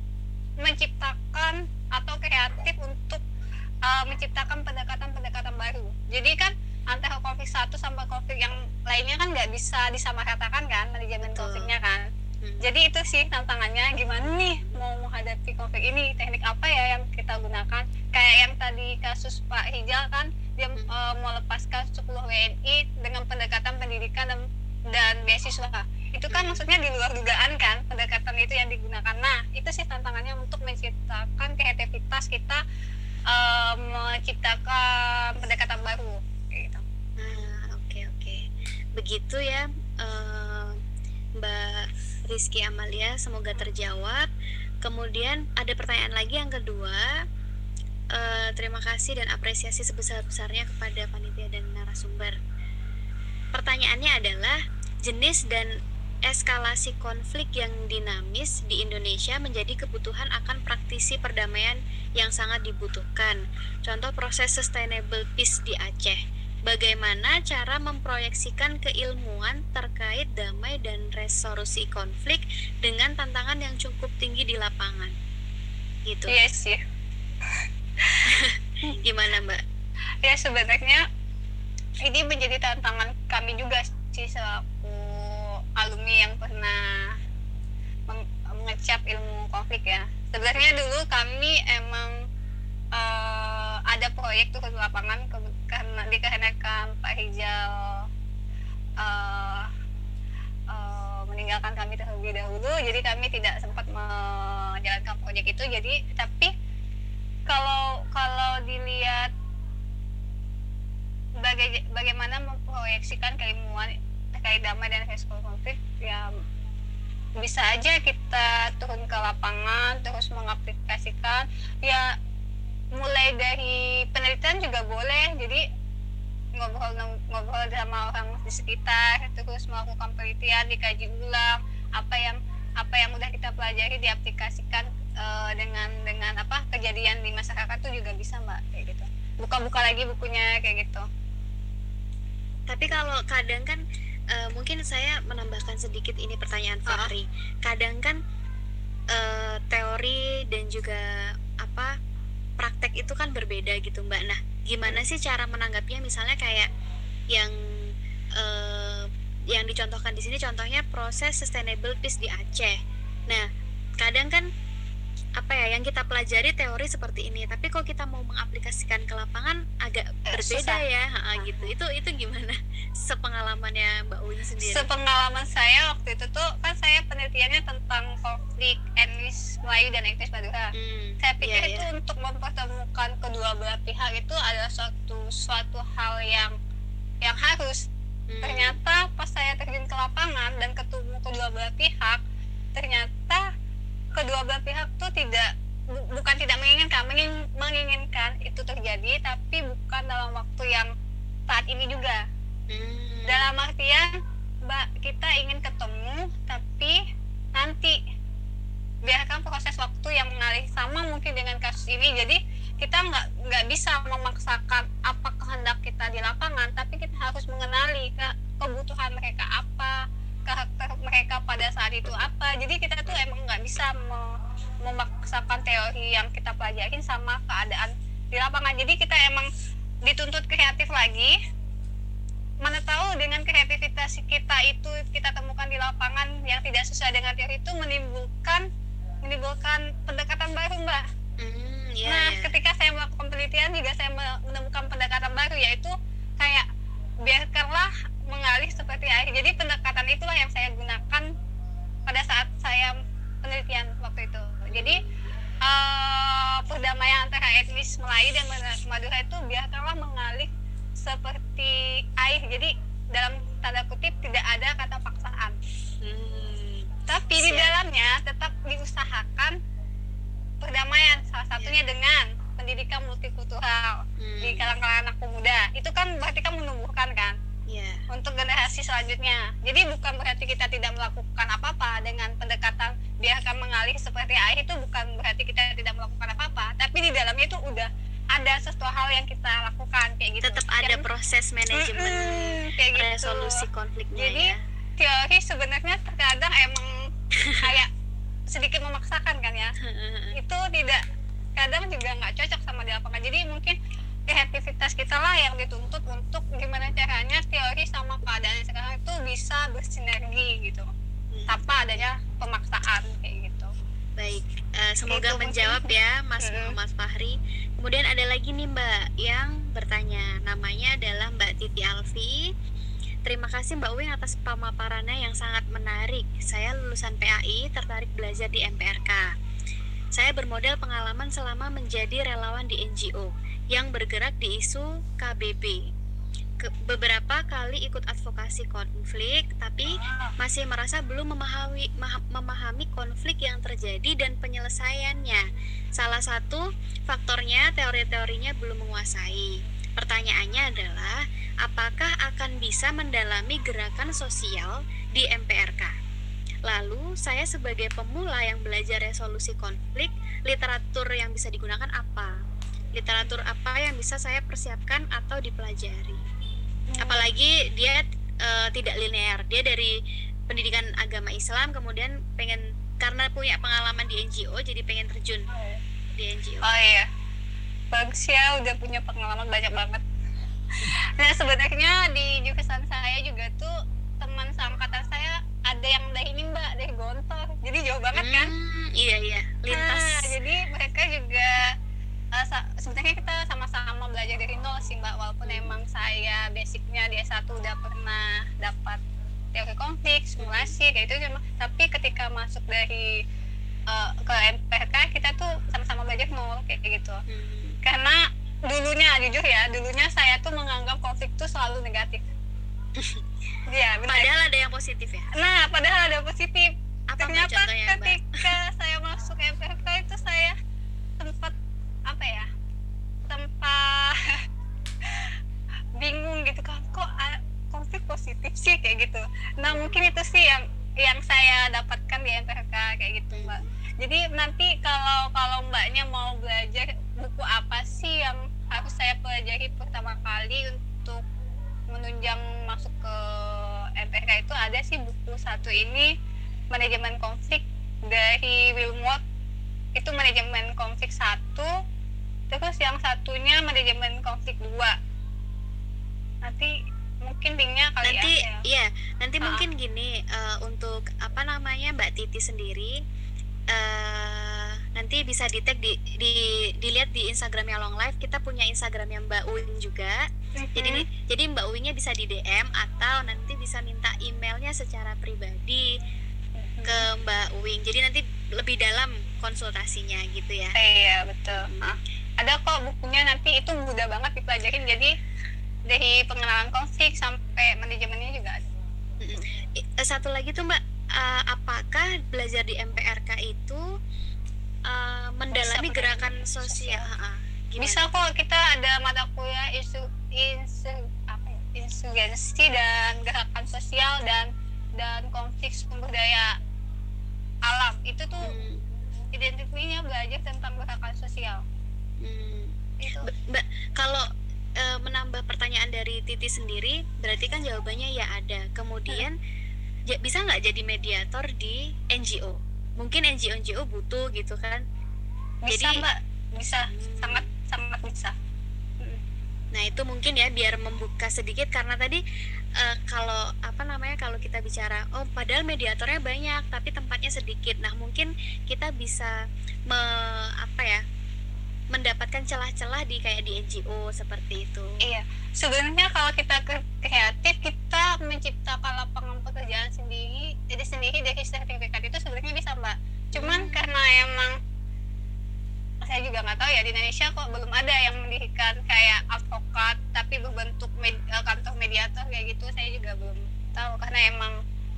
menciptakan atau kreatif untuk uh, menciptakan pendekatan-pendekatan baru. Jadi kan antara konflik satu sama konflik yang lainnya kan nggak bisa disamaratakan kan manajemen Betul. konfliknya kan. Hmm. Jadi itu sih tantangannya, gimana nih mau menghadapi konflik ini, teknik apa ya yang kita gunakan. Kayak yang tadi kasus Pak Hijal kan, dia Hmm. uh, mau lepaskan sepuluh W N I dengan pendekatan pendidikan dan, dan beasiswa. Itu kan Hmm. maksudnya di luar dugaan kan pendekatan itu yang digunakan. Nah, itu sih tantangannya untuk menciptakan kreativitas kita, uh, menciptakan pendekatan baru kayak gitu. Ah, oke, oke. Begitu ya, eh, Mbak Rizky Amalia, semoga terjawab. Kemudian ada pertanyaan lagi yang kedua. Eh, terima kasih dan apresiasi sebesar-besarnya kepada panitia dan narasumber. Pertanyaannya adalah, jenis dan eskalasi konflik yang dinamis di Indonesia menjadi kebutuhan akan praktisi perdamaian yang sangat dibutuhkan. Contoh proses sustainable peace di Aceh. Bagaimana cara memproyeksikan keilmuan terkait damai dan resolusi konflik dengan tantangan yang cukup tinggi di lapangan? Gitu. Iya sih. Gimana, Mbak? Ya sebenarnya ini menjadi tantangan kami juga Uci selaku alumni yang pernah meng- mengecap ilmu konflik ya. Sebenarnya dulu kami emang uh, ada proyek turun lapangan ke- karena dikarenakan Pak Rizal uh, uh, meninggalkan kami terlebih dahulu, jadi kami tidak sempat menjalankan proyek itu. Jadi tapi kalau kalau dilihat baga- bagaimana memproyeksikan keilmuan terkait damai dan resolusi konflik, ya bisa aja kita turun ke lapangan terus mengaplikasikan, ya mulai dari penelitian juga boleh, jadi ngobrol-ngobrol sama orang di sekitar, terus melakukan penelitian, dikaji ulang apa yang apa yang udah kita pelajari diaplikasikan uh, dengan dengan apa kejadian di masyarakat tuh juga bisa mbak, kayak gitu. Buka-buka lagi bukunya kayak gitu. Tapi kalau kadang kan uh, mungkin saya menambahkan sedikit ini pertanyaan Fahri. Uh-huh. Kadang kan uh, teori dan juga apa praktek itu kan berbeda gitu Mbak. Nah, gimana sih cara menanggapinya, misalnya kayak yang uh, yang dicontohkan di sini contohnya proses sustainable peace di Aceh. Nah, kadang kan apa ya yang kita pelajari teori seperti ini, tapi kalau kita mau mengaplikasikan ke lapangan agak eh, berbeda susah. ya, ha, gitu. Itu itu gimana? Sepengalamannya Mbak Uin sendiri? Sepengalaman saya waktu itu tuh kan saya penelitiannya tentang konflik etnis Melayu dan etnis Madura. Hmm, saya pikir yeah, itu yeah. untuk mempertemukan kedua belah pihak itu adalah suatu suatu hal yang yang harus. Hmm. Ternyata pas saya terjun ke lapangan dan ketemu kedua belah pihak, ternyata kedua belah pihak tuh tidak bu, bukan tidak menginginkan menging, menginginkan itu terjadi, tapi bukan dalam waktu yang saat ini juga. Hmm. Dalam artian mbak kita ingin ketemu tapi nanti biarkan proses waktu yang mengalir, sama mungkin dengan kasus ini. Jadi kita nggak nggak bisa memaksakan apa kehendak kita di lapangan, tapi kita harus mengenali ke, kebutuhan mereka apa, karakter mereka pada saat itu apa. Jadi kita tuh emang nggak bisa memaksakan teori yang kita pelajarin sama keadaan di lapangan. Jadi kita emang dituntut kreatif lagi. Mana tahu dengan kreativitas kita itu kita temukan di lapangan yang tidak sesuai dengan teori itu menimbulkan menimbulkan pendekatan baru mbak. Mm, yeah, nah yeah. Ketika saya melakukan penelitian juga saya menemukan pendekatan baru, yaitu kayak biarkanlah mengalir seperti air. Jadi pendekatan itulah yang saya gunakan pada saat saya penelitian waktu itu. Jadi uh, perdamaian antara etnis Melayu dan Madura itu biarkanlah mengalir seperti air. Jadi dalam tanda kutip tidak ada kata paksaan. Hmm, Tapi siap. Di dalamnya tetap diusahakan perdamaian. Salah satunya yeah. dengan pendidikan multikultural hmm. di kalangan anak pemuda. Itu kan berarti kan menumbuhkan kan. Yeah. Untuk generasi selanjutnya. Jadi bukan berarti kita tidak melakukan apa-apa dengan pendekatan biarkan mengalir seperti air, itu bukan berarti kita tidak melakukan apa-apa, tapi di dalamnya itu udah ada sesuatu hal yang kita lakukan kayak gitu. Tetap ada yang, proses manajemen kayak gitu. Resolusi konfliknya. Jadi ya. Teori sebenarnya terkadang emang kayak sedikit memaksakan kan ya. Itu tidak, kadang juga nggak cocok sama di lapangan. Jadi mungkin kreativitas kita lah yang dituntut untuk gimana caranya teori sama keadaan sekarang itu bisa bersinergi gitu, hmm. tanpa adanya pemaksaan kayak gitu. Baik, uh, semoga gitu, menjawab mungkin. ya Mas hmm. Muhammad Fahri. Kemudian ada lagi nih Mbak yang bertanya, namanya adalah Mbak Titi Alfi. Terima kasih Mbak Uing atas pemaparannya yang sangat menarik. Saya lulusan P A I, tertarik belajar di M P R K. Saya bermodal pengalaman selama menjadi relawan di N G O yang bergerak di isu K B B. Ke, beberapa kali ikut advokasi konflik, tapi masih merasa belum memahami, ma, memahami konflik yang terjadi dan penyelesaiannya. Salah satu faktornya teori-teorinya belum menguasai. Pertanyaannya adalah, apakah akan bisa mendalami gerakan sosial di M P R K? Lalu, saya sebagai pemula yang belajar resolusi konflik, literatur yang bisa digunakan apa? Literatur apa yang bisa saya persiapkan atau dipelajari? Apalagi dia e, tidak linear, dia dari pendidikan agama Islam, kemudian pengen, karena punya pengalaman di N G O, jadi pengen terjun di N G O. Oh iya, bagus ya, udah punya pengalaman banyak banget. Nah sebenarnya di jurusan saya juga tuh jadi jauh banget kan. Hmm, iya iya, lintas. Nah, jadi mereka juga uh, sa- sebenarnya kita sama-sama belajar dari nol sih Mbak, walaupun emang saya basicnya di S satu udah pernah dapat teori konflik, simulasi kayak itu cuma, tapi ketika masuk dari uh, ke M P R K kita tuh sama-sama belajar nol kayak gitu. Hmm. Karena dulunya jujur ya, dulunya saya tuh menganggap konflik tuh selalu negatif. Iya, benar. Padahal ada yang positif ya. Nah, padahal ada positif. Apa Mbak, Ternyata contohnya, Mbak? ketika saya masuk M P R K itu saya sempat apa ya? Sempat bingung gitu kan, kok a- konflik positif sih kayak gitu. Nah, mungkin itu sih yang yang saya dapatkan di M P R K kayak gitu, Mbak. Jadi nanti kalau kalau Mbaknya mau belajar buku apa sih yang harus saya pelajari pertama kali untuk menunjang masuk ke M P R K, itu ada sih buku satu ini, manajemen konflik dari Wilmot, itu manajemen konflik satu, terus yang satunya manajemen konflik dua. Nanti mungkin linknya kali Nanti ya. iya, nanti Ah. mungkin gini, eh, untuk apa namanya Mbak Titi sendiri, eh nanti bisa di tag di, di dilihat di Instagramnya Long Life. Kita punya Instagramnya Mbak Uwing juga. Mhm. Jadi jadi Mbak Uwingnya bisa di D M atau nanti bisa minta emailnya secara pribadi ke Mbak Uwing. Jadi nanti lebih dalam konsultasinya gitu ya. Iya betul. Hmm. Ah, ada kok bukunya, nanti itu mudah banget dipelajarin. Jadi dari pengenalan konflik sampai manajemennya juga ada. Mm-mm. I- eh, Satu lagi tuh Mbak, eh, apakah belajar di M P R K itu eh, mendalami Bisa gerakan mendalami sosial? sosial. Ha-ha. Gimana? Bisa kok, kita ada mata kuliah isu insu apa ya, insurgensi dan gerakan sosial dan dan konflik sumber daya alam. Itu tuh Hmm, identifiknya belajar tentang gerakan sosial. hmm. Itu Ba- Mbak, kalau eh, menambah pertanyaan dari Titi sendiri, berarti kan jawabannya ya ada. Kemudian ja- bisa nggak jadi mediator di N G O? Mungkin N G O N G O butuh gitu kan? bisa Jadi- Mbak, bisa, Hmm. sangat sangat bisa. Nah itu mungkin ya biar membuka sedikit, karena tadi eh, kalau apa namanya kalau kita bicara oh padahal mediatornya banyak tapi tempatnya sedikit. Nah mungkin kita bisa me, apa ya mendapatkan celah-celah di kayak di N G O seperti itu. Iya, sebenarnya kalau kita ke- kreatif, kita menciptakan lapangan pekerjaan sendiri, jadi sendiri dari sertifikat itu sebenarnya bisa Mbak. Cuman Hmm. karena emang saya juga nggak tahu ya, di Indonesia kok belum ada yang mendirikan kayak advokat tapi berbentuk med- eh, kantor mediator kayak gitu, saya juga belum tahu karena emang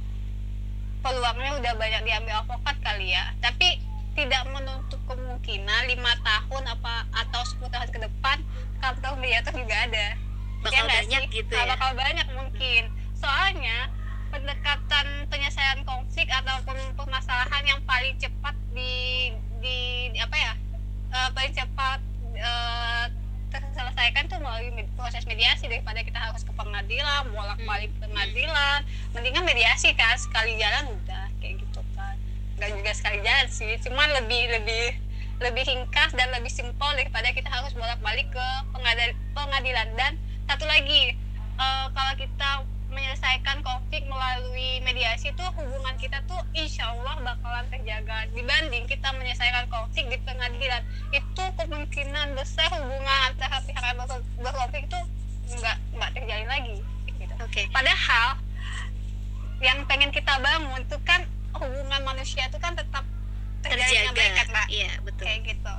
peluangnya udah banyak diambil advokat kali ya. Tapi tidak menutup kemungkinan lima tahun apa atau sepuluh tahun ke depan kantor mediator juga ada. Bakal Ya nggak banyak sih? gitu Ah, ya. bakal banyak mungkin. Soalnya pendekatan penyelesaian konflik ataupun permasalahan yang paling cepat di di, di apa ya? eh, paling cepat eh, terselesaikan tuh melalui med- proses mediasi daripada kita harus ke pengadilan, bolak-balik ke pengadilan. Mendingan mediasi kan, sekali jalan udah kayak gitu kan. Nggak juga sekali jalan sih, cuman lebih lebih lebih ringkas dan lebih simpel daripada kita harus bolak-balik ke pengadil- pengadilan. Dan satu lagi, eh, kalau kita menyelesaikan konflik melalui mediasi tuh hubungan kita tuh insya Allah bakalan terjaga dibanding kita menyelesaikan konflik di pengadilan. Itu kemungkinan besar hubungan antara pihak yang ber- berkonflik itu nggak nggak terjalin lagi gitu. Oke. Padahal yang pengen kita bangun tuh kan hubungan manusia itu kan tetap terjalin dengan baik kan Terjaga. Mbak, Iya betul. kayak gitu.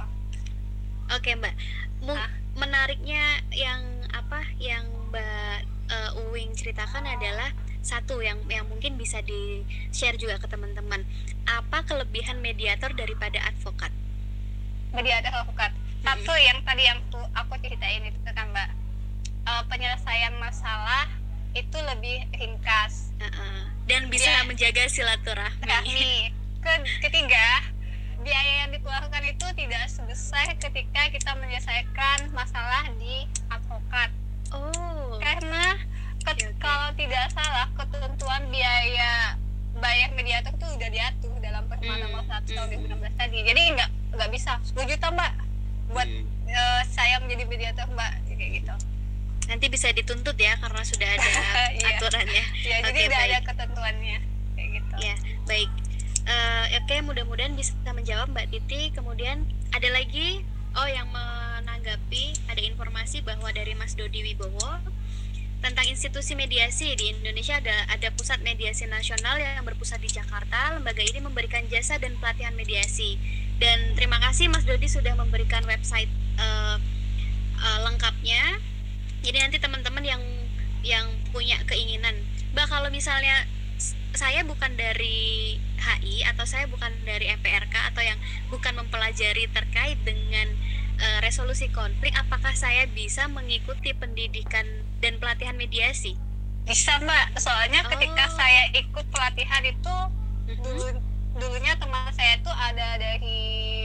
Oke Mbak, Mu- Ah. menariknya yang apa yang Mbak eh, Uwing ceritakan adalah satu yang yang mungkin bisa di share juga ke teman-teman. Apa kelebihan mediator daripada advokat? Mediator advokat. Satu yang tadi yang tuh aku ceritain itu kan Mbak, eh, penyelesaian masalah itu lebih ringkas. Heeh. Dan bisa Iya. menjaga silaturahmi. Rahmi. Ke- ketiga, biaya yang dikeluarkan itu tidak sebesar ketika kita menyelesaikan masalah di advokat. Oh. Karena ke- Oke, oke. kalau tidak salah ketentuan biaya bayar mediator itu udah diatur dalam Perma Hmm, nomor satu tahun hmm. dua ribu enam belas tadi. Jadi nggak nggak bisa sepuluh juta Mbak buat Hmm. eh, saya menjadi mediator Mbak, kayak gitu. Nanti bisa dituntut ya karena sudah ada Iya. aturannya. Ya, jadi Oke, udah ada baik. ketentuannya kayak gitu. Ya, baik. Eh, oke, mudah-mudahan bisa menjawab Mbak Titi. Kemudian ada lagi, oh yang menanggapi, ada informasi bahwa dari Mas Dodi Wibowo tentang institusi mediasi di Indonesia. ada ada pusat mediasi nasional yang berpusat di Jakarta. Lembaga ini memberikan jasa dan pelatihan mediasi. Dan terima kasih Mas Dodi sudah memberikan website uh, uh, lengkapnya. Jadi nanti teman-teman yang yang punya keinginan, Mbak, kalau misalnya saya bukan dari H I atau saya bukan dari M P R K atau yang bukan mempelajari terkait dengan uh, resolusi konflik, apakah saya bisa mengikuti pendidikan dan pelatihan mediasi? Bisa Mbak, soalnya Oh. ketika saya ikut pelatihan itu Mhm. dulu dulunya teman saya tuh ada dari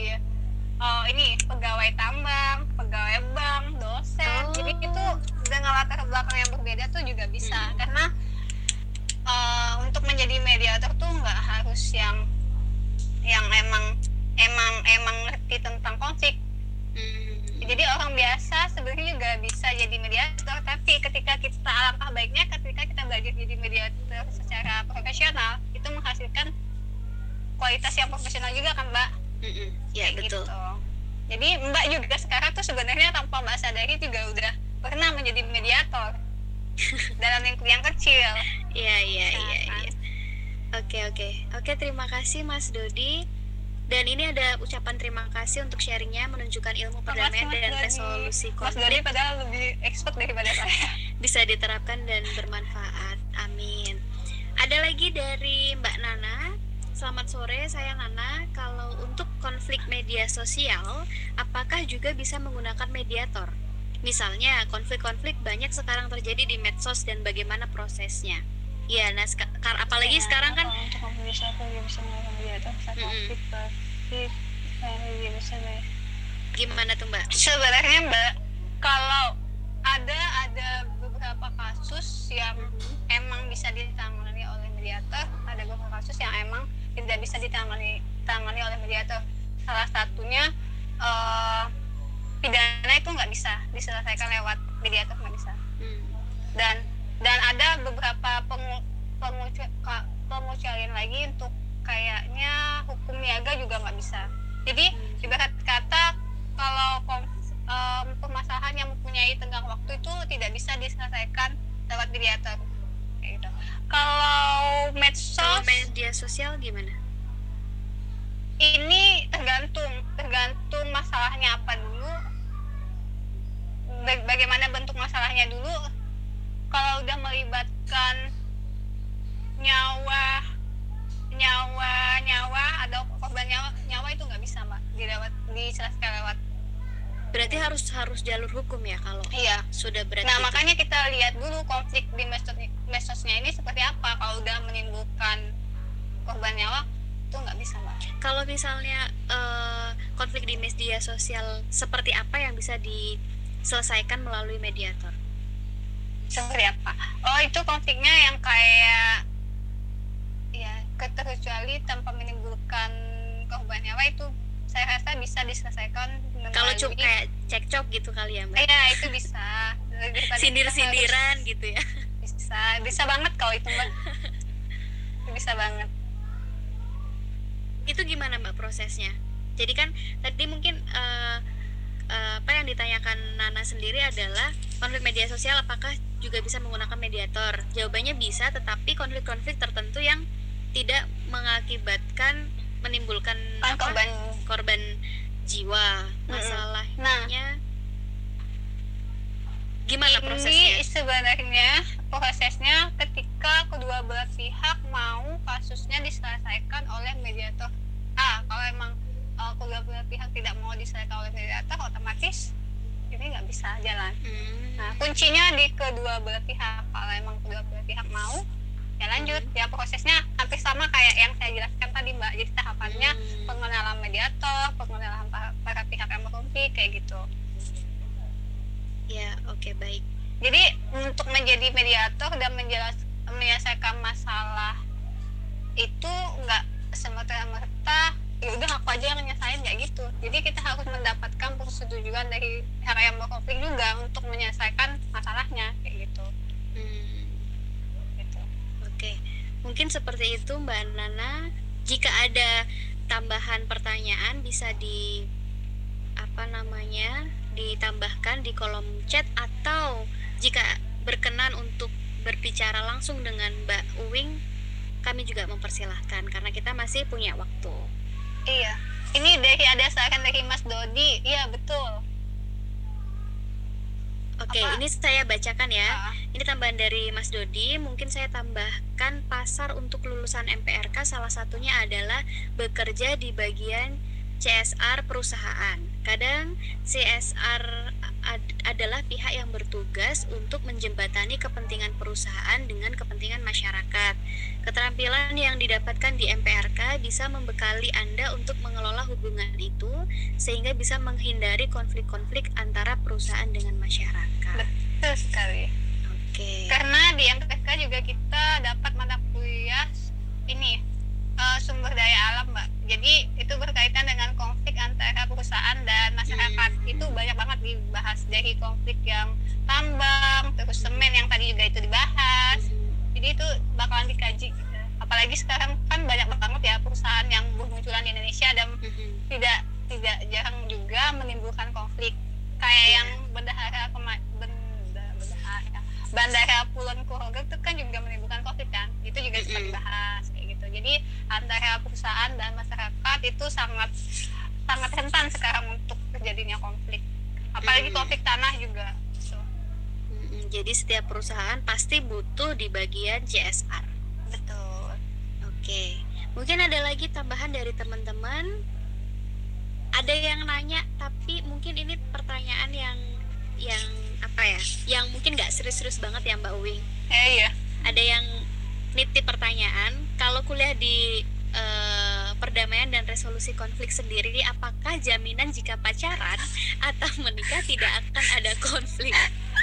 oh ini pegawai tambang, pegawai bank, dosen. Oh. Jadi itu dengan latar belakang yang berbeda tuh juga bisa. Hmm. Karena uh, untuk menjadi mediator tuh nggak harus yang yang emang emang emang ngerti tentang konflik. Hmm. Jadi orang biasa sebenarnya juga bisa jadi mediator, tapi ketika kita alangkah baiknya ketika kita belajar jadi mediator secara profesional, itu menghasilkan kualitas yang profesional juga kan Mbak? Mm-mm. Ya, Kayak betul. gitu. Jadi Mbak juga sekarang tuh sebenarnya tanpa Mbak sadari juga udah pernah menjadi mediator dalam lingkup yang kecil. Iya, iya, Nah, iya, kan? iya. Oke, oke. Oke, terima kasih Mas Dodi. Dan ini ada ucapan terima kasih untuk sharingnya menunjukkan ilmu perdamaian Mas dan Dodi. resolusi Mas Dodi konflik padahal lebih expert daripada saya. bisa diterapkan dan bermanfaat. Amin. Ada lagi dari Mbak Nana. Selamat sore, saya Nana. Kalau untuk konflik media sosial, apakah juga bisa menggunakan mediator? Misalnya, konflik-konflik banyak sekarang terjadi di medsos dan bagaimana prosesnya? Ya, nah seka- kar- apalagi Nah, sekarang kan kalau untuk konflik aku juga bisa melakukan mediator saat Mm-mm. konflik pasti saya lebih bisa Mbak. gimana tuh Mbak? Sebenarnya Mbak, kalau ada ada beberapa kasus yang emang bisa ditangani oleh mediator, ada beberapa kasus yang emang tidak bisa ditangani tangani oleh mediator. Salah satunya eh, pidana itu nggak bisa diselesaikan lewat mediator, nggak bisa. Hmm. Dan dan ada beberapa pengu, pengucu, ka- pengecualian lagi untuk kayaknya hukum niaga juga nggak bisa. Jadi ibarat kata kalau konf- em, permasalahan yang mempunyai tenggang waktu itu tidak bisa diselesaikan lewat mediator. Kayak gitu. Kalau Kalau medsos media sosial gimana? ini tergantung tergantung masalahnya apa dulu, Ba- bagaimana bentuk masalahnya dulu. Kalau udah melibatkan nyawa nyawa nyawa ada korban nyawa nyawa itu nggak bisa Mbak dilewat diselesaikan lewat. Berarti harus harus jalur hukum ya kalau Iya. sudah berat Nah gitu. makanya kita lihat dulu konflik di medsos medsosnya ini seperti apa. Kalau udah menimbulkan korban nyawa itu nggak bisa Mbak. Kalau misalnya eh, konflik di media sosial seperti apa yang bisa diselesaikan melalui mediator? Seperti apa? Oh itu konfliknya yang kayak ya keterkecuali tanpa menimbulkan korban nyawa itu saya rasa bisa diselesaikan Kalau cuma melalui- kayak cekcok gitu kali ya Mbak? Iya itu bisa. Daripada kita Sindir-sindiran harus- gitu ya. bisa bisa banget kalau itu Mbak. Itu bisa banget. Itu gimana Mbak prosesnya? Jadi kan tadi mungkin eh, eh, apa yang ditanyakan Nana sendiri adalah konflik media sosial apakah juga bisa menggunakan mediator? Jawabannya bisa, tetapi konflik-konflik tertentu yang tidak mengakibatkan menimbulkan Kan apa, korban. korban jiwa. Masalahnya Nah gimana ini prosesnya? sebenarnya prosesnya ketika kedua belah pihak mau kasusnya diselesaikan oleh mediator. Ah kalau emang uh, kedua belah pihak tidak mau diselesaikan oleh mediator, otomatis ini nggak bisa jalan. Hmm. Nah kuncinya di kedua belah pihak. Kalau emang kedua belah pihak mau ya lanjut. Ya prosesnya hampir sama kayak yang saya jelaskan tadi Mbak. Jadi tahapannya Hmm. pengenalan mediator, pengenalan para, para pihak yang berkonflik kayak gitu. Ya, oke, baik. Jadi untuk menjadi mediator dan menjelas, menyelesaikan masalah itu nggak semerta-merta ya udah aku aja yang nyelesain kayak gitu. Jadi kita harus mendapatkan persetujuan dari pihak yang berkonflik juga untuk menyelesaikan masalahnya kayak gitu. Hmm. Gitu. Oke, mungkin seperti itu Mbak Nana. jika ada tambahan pertanyaan bisa di apa namanya ditambahkan di kolom chat, atau jika berkenan untuk berbicara langsung dengan Mbak Uwing, kami juga mempersilahkan karena kita masih punya waktu. Iya, ini dari ada saran dari Mas Dodi. Iya betul. Oke, Apa? ini saya bacakan ya. Ah. Ini tambahan dari Mas Dodi. Mungkin saya tambahkan pasar untuk lulusan M P R K salah satunya adalah bekerja di bagian C S R perusahaan. Kadang C S R ad- adalah pihak yang bertugas untuk menjembatani kepentingan perusahaan dengan kepentingan masyarakat. Keterampilan yang didapatkan di M P R K bisa membekali Anda untuk mengelola hubungan itu sehingga bisa menghindari konflik-konflik antara perusahaan dengan masyarakat. Betul sekali. Oke. Karena di M P R K juga kita dapat mata kuliah ini uh, sumber daya alam, Mbak. Jadi itu berkaitan dengan konflik antara perusahaan dan masyarakat. Hmm. Itu banyak banget dibahas, dari konflik yang tambang, terus semen yang tadi juga itu dibahas. Jadi itu bakalan dikaji. Apalagi sekarang kan banyak banget ya perusahaan yang bermunculan di Indonesia dan tidak tidak jarang juga menimbulkan konflik. Kayak Yeah. yang bendahara kema- benda, bendahara Bandara Kulon Progo itu kan juga menimbulkan konflik kan. Itu juga sempat Mm-mm. dibahas kayak gitu. Jadi antara perusahaan dan masyarakat itu sangat sangat rentan sekarang untuk terjadinya konflik. Apalagi Mm. konflik tanah juga. So, Mm-mm, Jadi setiap perusahaan pasti butuh di bagian C S R. betul. Oke, mungkin ada lagi tambahan dari teman-teman. Ada yang nanya, tapi mungkin ini pertanyaan yang yang apa ya? Yang mungkin nggak serius-serius banget ya Mbak Uwing. Eh, iya. Ada yang nitip pertanyaan, kalau kuliah di eh, perdamaian dan resolusi konflik sendiri, apakah jaminan jika pacaran atau menikah tidak akan ada konflik?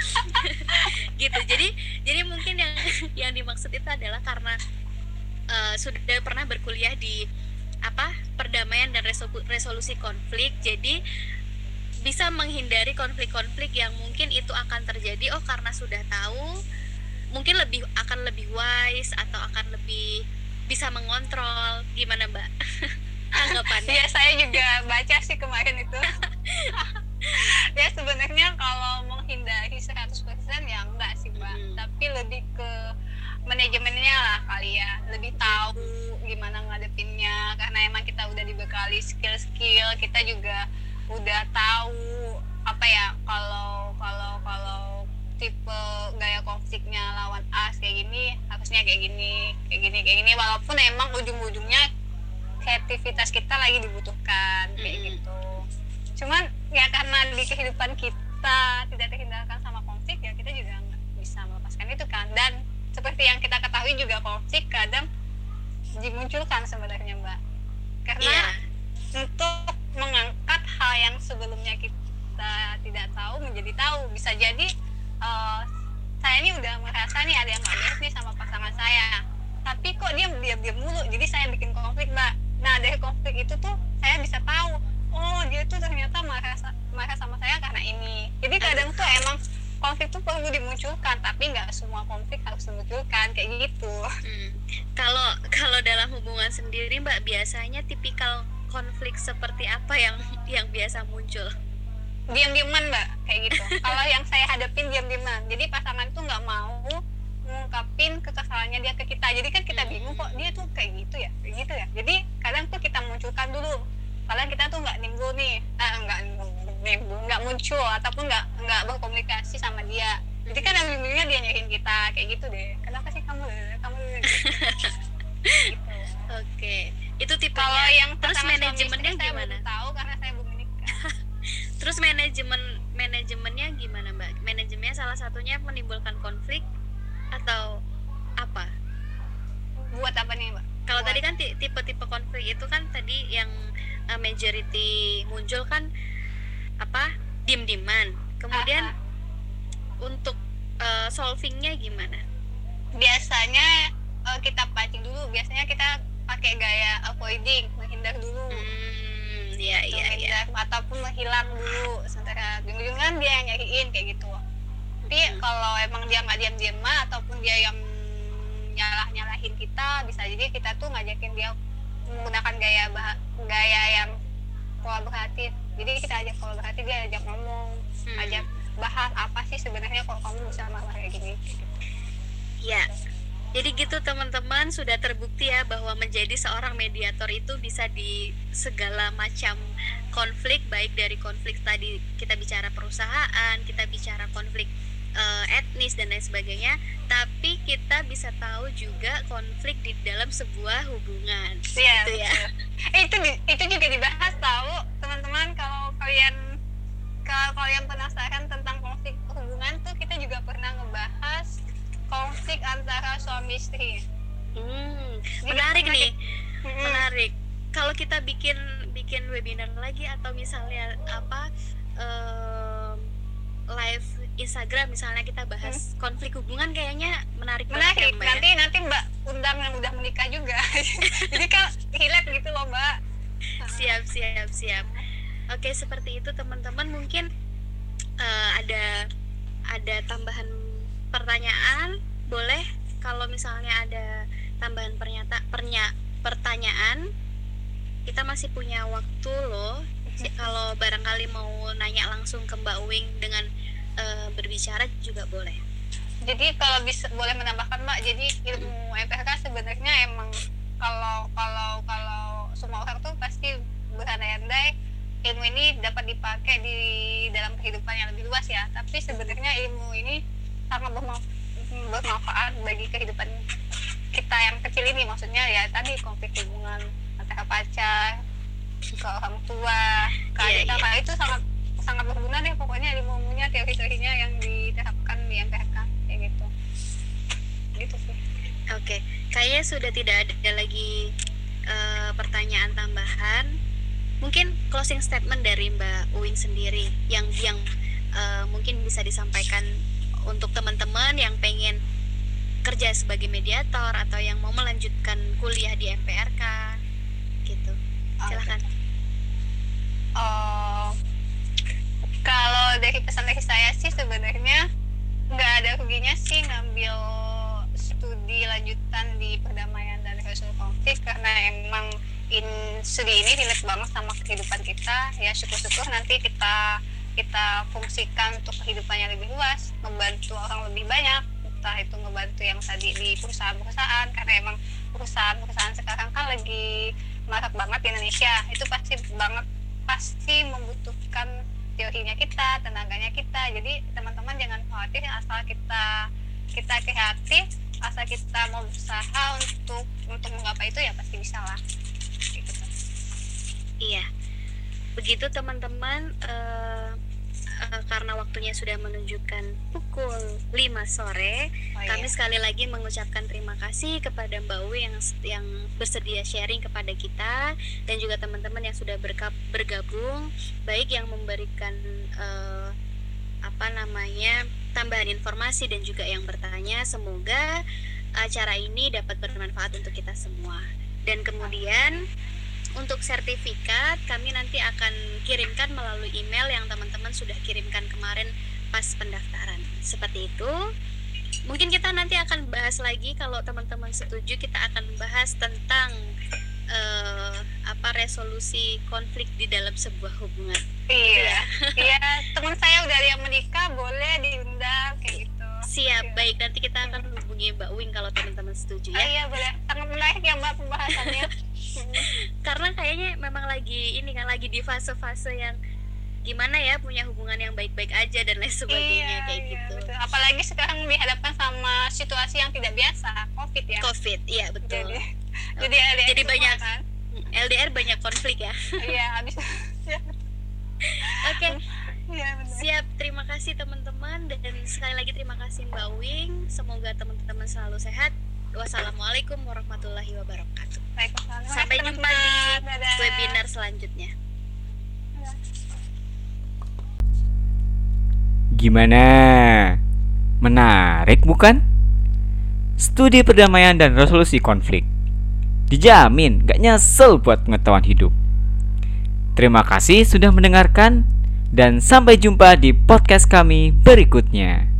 Gitu. Jadi jadi mungkin yang yang dimaksud itu adalah karena eh, sudah pernah berkuliah di apa perdamaian dan resolu- resolusi konflik, jadi bisa menghindari konflik-konflik yang mungkin itu akan terjadi. Oh, karena sudah tahu, mungkin lebih akan lebih wise atau akan lebih bisa mengontrol. Gimana Mbak tanggapannya? Ya saya juga baca sih kemarin itu. Ya sebenarnya kalau menghindari seratus persen ya enggak sih Mbak, Hmm. tapi lebih ke manajemennya lah kali ya, lebih tahu gimana ngadepinnya, karena emang kita udah dibekali skill-skill, kita juga udah tahu apa ya, kalau kalau kalau tipe gaya konfliknya lawan A kayak gini, harusnya kayak gini, kayak gini, kayak gini, walaupun emang ujung-ujungnya kreativitas kita lagi dibutuhkan kayak Mm-mm. gitu. Cuman ya karena di kehidupan kita tidak terhindarkan sama konflik, ya kita juga nggak bisa melepaskan itu kan. Dan seperti yang kita ketahui juga konflik kadang dimunculkan sebenarnya Mbak, karena Iya. untuk mengangkat hal yang sebelumnya kita tidak tahu menjadi tahu. Bisa jadi uh, saya ini udah merasa nih ada yang nggak beres nih sama pasangan saya, tapi kok dia diam-diam mulu, jadi saya bikin konflik Mbak. Nah dari konflik itu tuh saya bisa tahu, oh dia tuh ternyata marah marah sama saya karena ini. Jadi kadang tuh emang konflik tuh perlu dimunculkan, tapi nggak semua konflik harus dimunculkan kayak gitu. Hmm. Kalau kalau dalam hubungan sendiri Mbak, biasanya tipikal konflik seperti apa yang yang biasa muncul? Diam-diaman Mbak, kayak gitu. Kalau yang saya hadapin diam-diaman, jadi pasangan tuh nggak mau ngungkapin kekesalannya dia ke kita. Jadi kan kita bingung, kok dia tuh kayak gitu ya, kayak gitu ya. Jadi kadang tuh kita munculkan dulu, padahal kita tuh nggak nimbul nih, eh, nggak nimbul, nggak muncul ataupun nggak nggak berkomunikasi sama dia. Jadi kan ujung-ujungnya dia nyariin kita kayak gitu deh. Kenapa sih kamu kamu gitu. Gitu. Oke, itu tipenya. Kalau yang Terus pasangan suami manajemennya istri saya gimana? belum tahu karena saya belum menikah. Terus manajemen manajemennya gimana Mbak? Manajemennya salah satunya menimbulkan konflik atau apa? Buat apa nih Mbak? Kalau Buat- tadi kan ti- tipe-tipe konflik itu kan tadi yang uh, majority muncul kan apa? Diem-dieman. Kemudian Aha. untuk uh, solvingnya gimana? Biasanya uh, kita pancing dulu, biasanya kita pakai gaya avoiding, menghindar dulu. Hmm, iya Gitu, iya iya. menghindar, ataupun menghilang dulu, sementara ujung-ujung kan dia yang nyariin kayak gitu. Tapi Hmm. kalau emang dia nggak diam-diaman ataupun dia yang nyalah-nyalahin kita, bisa jadi kita tuh ngajakin dia menggunakan gaya bah- gaya yang kolaboratif. Jadi kita ajak kolaboratif, dia ajak ngomong, Hmm. ajak bahas apa sih sebenarnya kok kamu bisa marah kayak gini. Ya, jadi gitu teman-teman, sudah terbukti ya bahwa menjadi seorang mediator itu bisa di segala macam konflik, baik dari konflik tadi kita bicara perusahaan, kita bicara konflik eh, etnis dan lain sebagainya, tapi kita bisa tahu juga konflik di dalam sebuah hubungan. Iya, Gitu ya. betul. Eh, itu di- itu juga dibahas tahu teman-teman. Kalau kalian kalau kalian penasaran tentang konflik hubungan tuh, kita juga pernah ngebahas konflik antara suami istri. Hmm, Jadi menarik pernah nih. kita- Mm-mm. Menarik. Kalau kita bikin bikin webinar lagi atau misalnya apa em, live Instagram misalnya kita bahas konflik hubungan, kayaknya menarik banget ya, Menarik. Mbak ya. Nanti nanti Mbak undang yang udah menikah juga. Jadi kan relate gitu loh, Mbak. Siap, siap, siap. Oke, seperti itu teman-teman. Mungkin eh, ada ada tambahan pertanyaan, boleh kalau misalnya ada tambahan pernyataan pernya, pertanyaan, kita masih punya waktu loh. Si- Kalau barangkali mau nanya langsung ke Mbak Wing dengan eh, berbicara juga boleh. Jadi kalau bisa boleh menambahkan Mbak, jadi ilmu M P H K sebenarnya emang kalau kalau kalau semua orang tuh pasti berandai-andai ilmu ini dapat dipakai di dalam kehidupan yang lebih luas ya. Tapi sebenarnya ilmu ini sangat bermanfa- bermanfaat bagi kehidupan kita yang kecil ini, maksudnya ya tadi konflik hubungan antara pacar, ke orang tua, ke Iya, adik iya. kakak, itu sangat sangat berguna deh pokoknya ilmu-ilmunya, teori-teorinya yang diterapkan di M P H K kayak gitu. Gitu sih. Oke, kayaknya sudah tidak ada lagi eh, pertanyaan tambahan. Mungkin closing statement dari Mbak Uwin sendiri yang yang eh, mungkin bisa disampaikan untuk teman-teman yang pengen kerja sebagai mediator atau yang mau melanjutkan kuliah di M P R K gitu. Silakan. Oh, kalau dari pesan dari saya sih sebenarnya nggak ada ruginya sih ngambil studi lanjutan di perdamaian dan resolusi konflik, karena emang in studi ini relate banget sama kehidupan kita. Ya syukur-syukur nanti kita kita fungsikan untuk kehidupan yang lebih luas, membantu orang lebih banyak, entah itu ngebantu yang tadi di perusahaan-perusahaan, karena emang perusahaan-perusahaan sekarang kan lagi marak banget di Indonesia. Itu pasti banget pasti membutuhkan teorinya kita, tenaganya kita. Jadi teman-teman jangan khawatir, asal kita kita kreatif, asal kita mau berusaha untuk untuk menggapai itu ya pasti bisa lah. Gitu. Iya. Begitu teman-teman, eh, eh, karena waktunya sudah menunjukkan pukul lima sore, Oh, kami iya. sekali lagi mengucapkan terima kasih kepada Mbak Uwi yang yang bersedia sharing kepada kita, dan juga teman-teman yang sudah berka- bergabung, baik yang memberikan eh, apa namanya tambahan informasi dan juga yang bertanya. Semoga acara ini dapat bermanfaat untuk kita semua. Dan kemudian untuk sertifikat kami nanti akan kirimkan melalui email yang teman-teman sudah kirimkan kemarin pas pendaftaran. Seperti itu. Mungkin kita nanti akan bahas lagi, kalau teman-teman setuju kita akan bahas tentang eh, apa resolusi konflik di dalam sebuah hubungan. Iya, iya. Teman saya udah ada yang menikah, boleh diundang kayak gitu. Siap, baik, nanti kita akan hubungi Mbak Wing kalau teman-teman setuju Ah, ya. iya boleh. Sangat menarik ya Mbak pembahasannya. Karena kayaknya memang lagi ini kan lagi di fase-fase yang gimana ya, punya hubungan yang baik-baik aja dan lain sebagainya, kayak iya, gitu. betul. Apalagi sekarang dihadapkan sama situasi yang tidak biasa, COVID ya. Covid, iya betul. Jadi, Oke. jadi L D R Jadi semua banyak kan. L D R, banyak konflik ya. Iya, habis. Iya, Oke, iya benar. siap. Terima kasih teman-teman, dan sekali lagi terima kasih Mbak Wing. Semoga teman-teman selalu sehat. Wassalamualaikum warahmatullahi wabarakatuh. Waalaikumsalam. Sampai jumpa di Teman-teman. Dadah. webinar selanjutnya. Gimana? Menarik bukan? Studi perdamaian dan resolusi konflik. Dijamin gak nyesel buat pengetahuan hidup. Terima kasih sudah mendengarkan, dan sampai jumpa di podcast kami berikutnya.